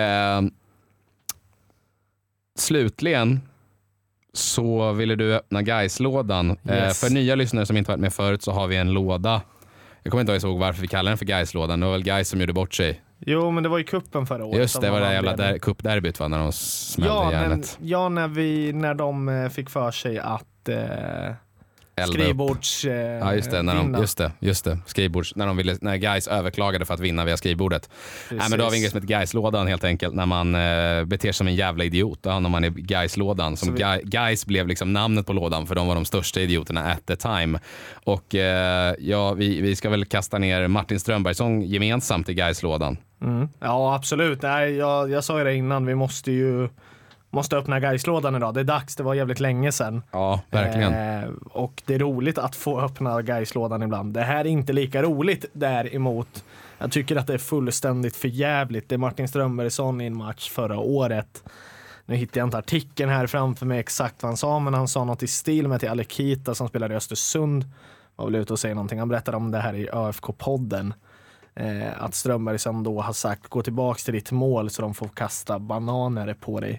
Slutligen så ville du öppna Gais-lådan. Yes. För nya lyssnare som inte varit med förut så har vi en låda. Jag kommer inte ihåg varför vi kallar den för Gais-lådan. Det var väl Gais som gjorde bort sig. Jo, men det var ju kuppen förra året. Just det, var det jävla cupderbyt, va, när de smällde järnet. När de fick för sig att skrivbords just det, skrivbords, när Gais överklagade för att vinna via skrivbordet. Nej, men då har vi en grej som heter Gais-lådan helt enkelt, när man beter som en jävla idiot. Då hamnar man i Gais-lådan. Gais blev liksom namnet på lådan, för de var de största idioterna at the time. Och vi ska väl kasta ner Martin Strömbergsson gemensamt i Gais-lådan. Ja, absolut. Nej, jag sa ju det innan, vi måste öppna Gais-lådan idag. Det är dags, det var jävligt länge sedan. Ja, verkligen. Och det är roligt att få öppna Gais-lådan ibland. Det här är inte lika roligt däremot. Jag tycker att det är fullständigt förjävligt. Det är Martin Strömbergsson i en match förra året. Nu hittar jag inte artikeln här framför mig exakt vad han sa, men han sa något i stil med till Alekita som spelade i Östersund. Var väl ute och säga någonting. Han berättade om det här i ÖFK-podden. Att Strömbergsson då har sagt, gå tillbaks till ditt mål så de får kasta bananer på dig.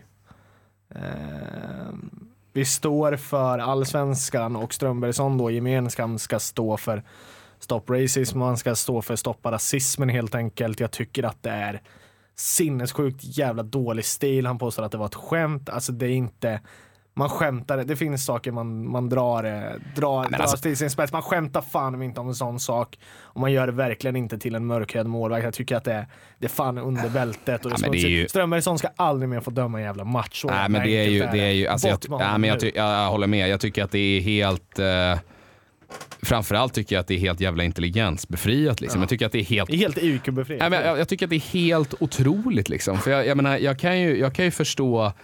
Vi står för allsvenskan, och Strömbergsson då gemensamt ska stå för Stop Racism, man ska stå för stoppa rasismen helt enkelt. Jag tycker att det är sinnessjukt jävla dålig stil. Han påstår att det var ett skämt. Alltså det är inte, man skämtar, det finns saker man drar till sin spets. Man skämtar fan inte om en sån sak, och man gör det verkligen inte till en mörkhyad målvakt. Jag tycker att det är fan under bältet, och Strömbergsson ska aldrig mer få döma en jävla match. Nej, men det är ju alltså, jag håller med. Jag tycker att det är helt framförallt tycker jag att det är helt jävla intelligensbefriat liksom. Jag tycker att det är helt IQ-befriat. Jag tycker att det är helt otroligt liksom. För jag menar, jag kan ju förstå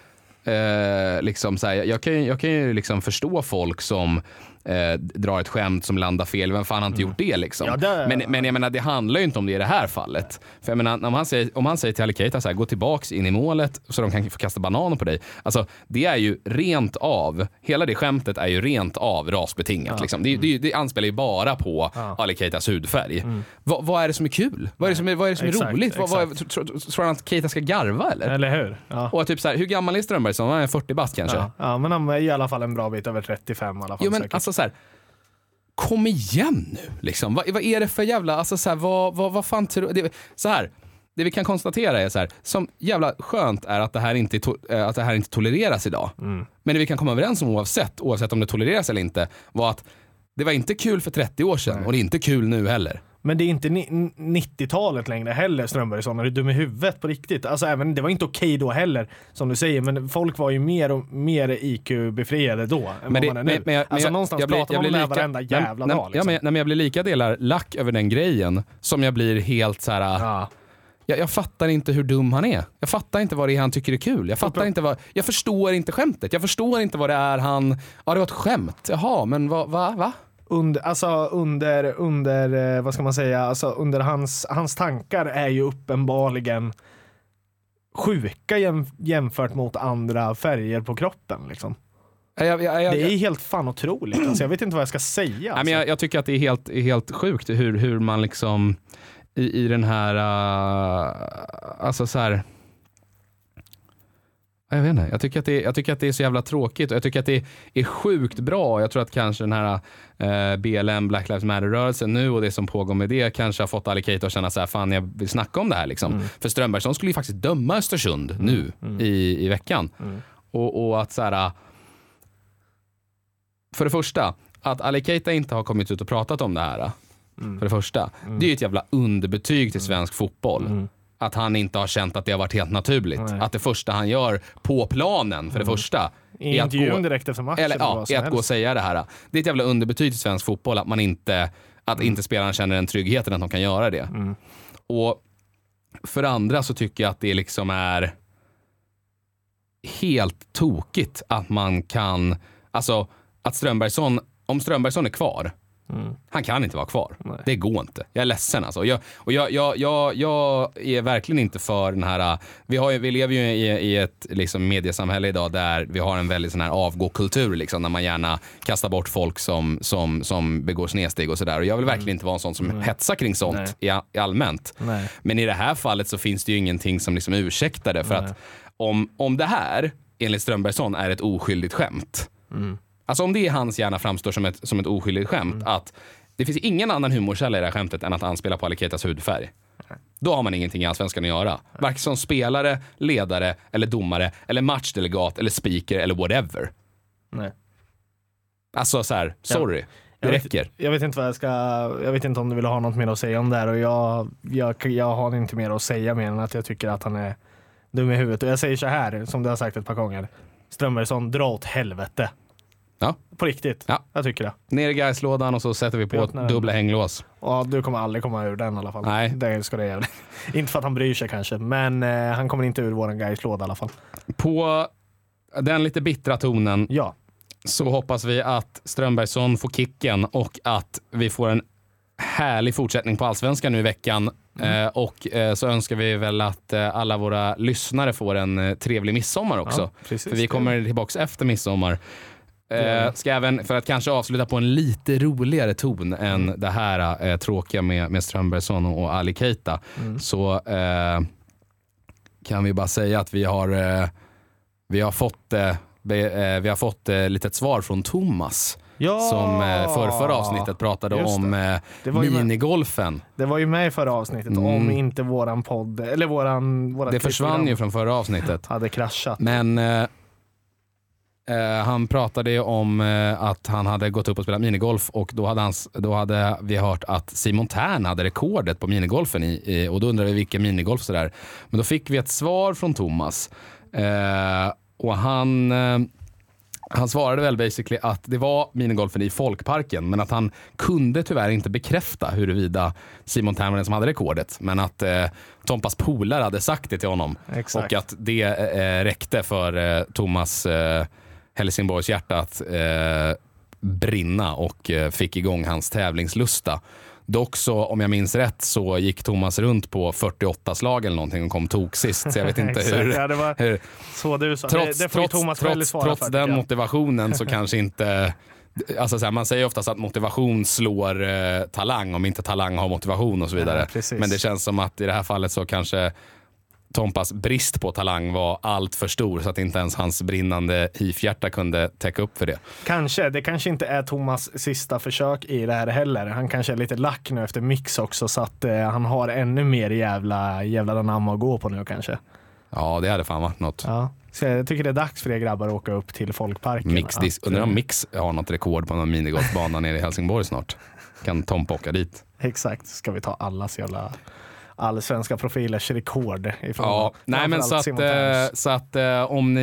liksom så här, jag kan ju liksom förstå folk som drar ett skämt som landar fel. Vem fan har inte gjort det liksom? Ja, Men jag menar, det handlar ju inte om det i det här fallet. För jag menar, om han säger till Ali Keita så här, gå tillbaks in i målet så de kan få kasta bananer på dig. Alltså, det är ju rent av, hela det skämtet är ju rent av rasbetingat. Liksom. Det anspelar ju bara på Ali Keitas hudfärg. Vad är det som är kul? Vad är det som är roligt? Tror han att Keita ska garva eller? Eller hur? Ja. Och typ så här, hur gammal är Strömbergsson? Han är 40 bast kanske. Ja, men han är i alla fall en bra bit över 35 i alla fall. Jo, men alltså så här, kom igen nu liksom. Vad är det för jävla, alltså så här, vad fan tror det, så här, det vi kan konstatera är så här, som jävla skönt är att det här inte tolereras idag. Men det vi kan komma överens om oavsett om det tolereras eller inte, var att det var inte kul för 30 år sedan. Och det är inte kul nu heller. Men det är inte 90-talet längre heller, Strömbergsson. Är du dum i huvudet på riktigt? Alltså även, det var inte okej då heller, som du säger. Men folk var ju mer och mer IQ-befriade då än vad man är nu. Alltså någonstans pratar man om det här varenda jävla dag. Liksom. Men jag blir lika delar lack över den grejen som jag blir helt så här... Jag fattar inte hur dum han är. Jag fattar inte vad det är han tycker är kul. Jag förstår inte skämtet. Jag förstår inte vad det är han... Ja, det var ett skämt. Jaha, men va? Under vad ska man säga, alltså under hans tankar är ju uppenbarligen sjuka jämfört mot andra färger på kroppen liksom. Det är helt fan otroligt. Alltså, jag vet inte vad jag ska säga. Alltså. Jag tycker att det är helt sjukt hur man liksom i den här alltså så här, jag vet inte. Jag tycker att det är så jävla tråkigt och jag tycker att det är sjukt bra. Jag tror att kanske den här BLM, Black Lives Matter-rörelsen nu och det som pågår med det kanske har fått Ali Keita att känna så här, fan jag vill snacka om det här liksom. För Strömbergsson skulle ju faktiskt döma Östersund nu i veckan. Och att så här, för det första, att Ali Keita inte har kommit ut och pratat om det här. För det första, det är ju ett jävla underbetyg till svensk fotboll. Att han inte har känt att det har varit helt naturligt. Att det första han gör på planen, för det första, är att gå direkt efter matchen, är att gå och säga det här. Det är ett jävla underbetyg till svensk fotboll att man inte spelarna känner den tryggheten att de kan göra det. Och för det andra så tycker jag att det liksom är helt tokigt att man kan, alltså att om Strömbergsson är kvar, han kan inte vara kvar. Nej. Det går inte. Jag är ledsen alltså. Jag är verkligen inte för den här... Vi lever ju i ett liksom mediesamhälle idag där vi har en väldigt sån här avgåkultur liksom, när man gärna kastar bort folk som begår snedsteg och sådär. Och jag vill verkligen inte vara en sån som hetsar kring sånt i allmänt. Nej. Men i det här fallet så finns det ju ingenting som liksom ursäktar det. För att om det här, enligt Strömbergsson, är ett oskyldigt skämt... Alltså om det är hans hjärna framstår som ett oskyldigt skämt, att det finns ingen annan humorkälla i det här skämtet än att anspela på Ali Keitas hudfärg. Då har man ingenting i Allsvenskan att göra. Varken som spelare, ledare eller domare eller matchdelegat eller speaker eller whatever. Nej. Alltså så här, sorry. Det räcker. Jag vet inte vad jag vet inte om du vill ha något mer att säga om det här, och jag har inte mer att säga mer än att jag tycker att han är dum i huvudet. Och jag säger så här, som du har sagt ett par gånger. Strömbergsson, dra åt helvete. Ja. På riktigt, jag tycker det. Ner i gaislådan och så sätter vi på dubbla hänglås. Ja, du kommer aldrig komma ur den i alla fall. Nej. Det ska det göra. Inte för att han bryr sig kanske, men han kommer inte ur våran gaislåda i alla fall. På den lite bittra tonen så hoppas vi att Strömbergsson får kicken och att vi får en härlig fortsättning på Allsvenskan nu i veckan. Och så önskar vi väl att alla våra lyssnare får en trevlig midsommar också. Ja, precis, för vi kommer tillbaka efter midsommar. Ska även, för att kanske avsluta på en lite roligare ton än det här tråkiga med Strömbergsson och Ali Keita, så kan vi bara säga att vi har fått litet svar från Thomas. Som förra avsnittet pratade om minigolfen. Det var ju med i förra avsnittet, om inte våran podd eller våra det försvann ju från förra avsnittet. Hade kraschat. Men han pratade om att han hade gått upp och spelat minigolf, och då hade vi hört att Simon Tern hade rekordet på minigolfen och då undrade vi vilken minigolf så där. Men då fick vi ett svar från Thomas och han Han svarade väl basically att det var minigolfen i Folkparken, men att han kunde tyvärr inte bekräfta huruvida Simon Tern var den som hade rekordet, men att Tompas polare hade sagt det till honom. Exakt. Och att det räckte för Thomas Helsingborgs hjärta att brinna och fick igång hans tävlingslusta. Dock så, om jag minns rätt, så gick Thomas runt på 48 slag eller någonting och kom tok sist. Så jag vet inte hur... Ja, det var så du sa. Det får Thomas väldigt svara trots för, den motivationen så kanske inte... Alltså så här, man säger oftast att motivation slår talang om inte talang har motivation och så vidare. Ja, men det känns som att i det här fallet så kanske Tompas brist på talang var allt för stor så att inte ens hans brinnande hifhjärta kunde täcka upp för det. Det kanske inte är Thomas sista försök i det här heller. Han kanske är lite lack nu efter mix också, så att han har ännu mer jävla namn att gå på nu kanske. Ja, det hade fan varit något. Ja. Så jag tycker det är dags för er grabbar att åka upp till Folkparken. Undrar om Mix har något rekord på någon minigolfbana nere i Helsingborg snart. Kan Tompa åka dit? Exakt, ska vi ta allas jävla allsvenska profilers rekord ifrån. Ja, nej men så att om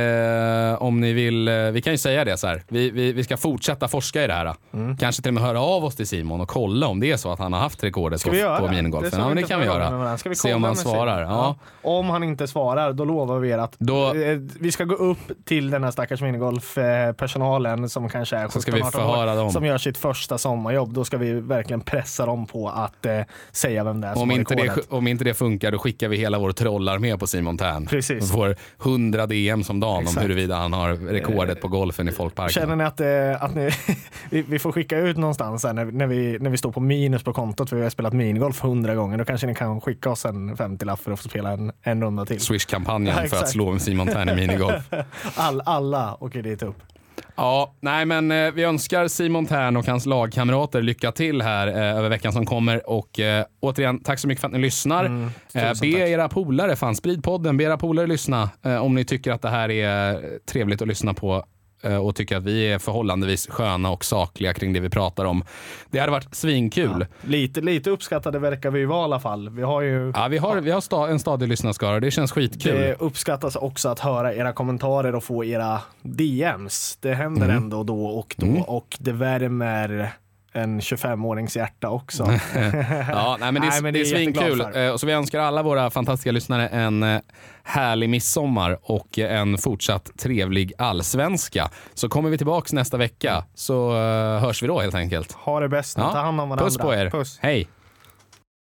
ni vill, vi kan ju säga det så här. Vi ska fortsätta forska i det här. Kanske till och med höra av oss till Simon och kolla om det är så att han har haft rekordet på minigolfen. Ja, men det kan vi göra. Ska vi se om han svarar. Ja. Om han inte svarar, då lovar vi er att vi ska gå upp till den här stackars minigolfpersonalen som kanske är 17-18 år, som gör sitt första sommarjobb. Då ska vi verkligen pressa dem på att säga vem det är som har rekordet. Om inte det funkar, då skickar vi hela vår trollarmé på Simon Tern. Precis. Vi får 100 DM som dagen om huruvida han har rekordet på golfen i Folkparken. Känner ni att ni, vi får skicka ut någonstans här, när vi står på minus på kontot för vi har spelat minigolf 100 gånger, då kanske ni kan skicka oss en 50-lapp för att få spela en runda till. Swish-kampanjen för att slå Simon Tern i minigolf. Alla åker dit upp. Ja, nej men vi önskar Simon Tern och hans lagkamrater lycka till här över veckan som kommer och återigen, tack så mycket för att ni lyssnar. Be era polare, sprid podden, be era polare lyssna om ni tycker att det här är trevligt att lyssna på och tycker att vi är förhållandevis sköna och sakliga kring det vi pratar om. Det hade varit svinkul. Ja, lite uppskattade verkar vi vara i alla fall. Vi har ju vi har en stadig lyssnarskara. Det känns skitkul. Det uppskattas också att höra era kommentarer och få era DMs. Det händer ändå då och då och det värmer en 25-årings hjärta också. Ja, nej, men det är svinkul. Så vi önskar alla våra fantastiska lyssnare en härlig midsommar och en fortsatt trevlig allsvenska. Så kommer vi tillbaka nästa vecka så hörs vi då helt enkelt. Ha det bäst. Ta hand om varandra. Puss på er. Puss. Hej.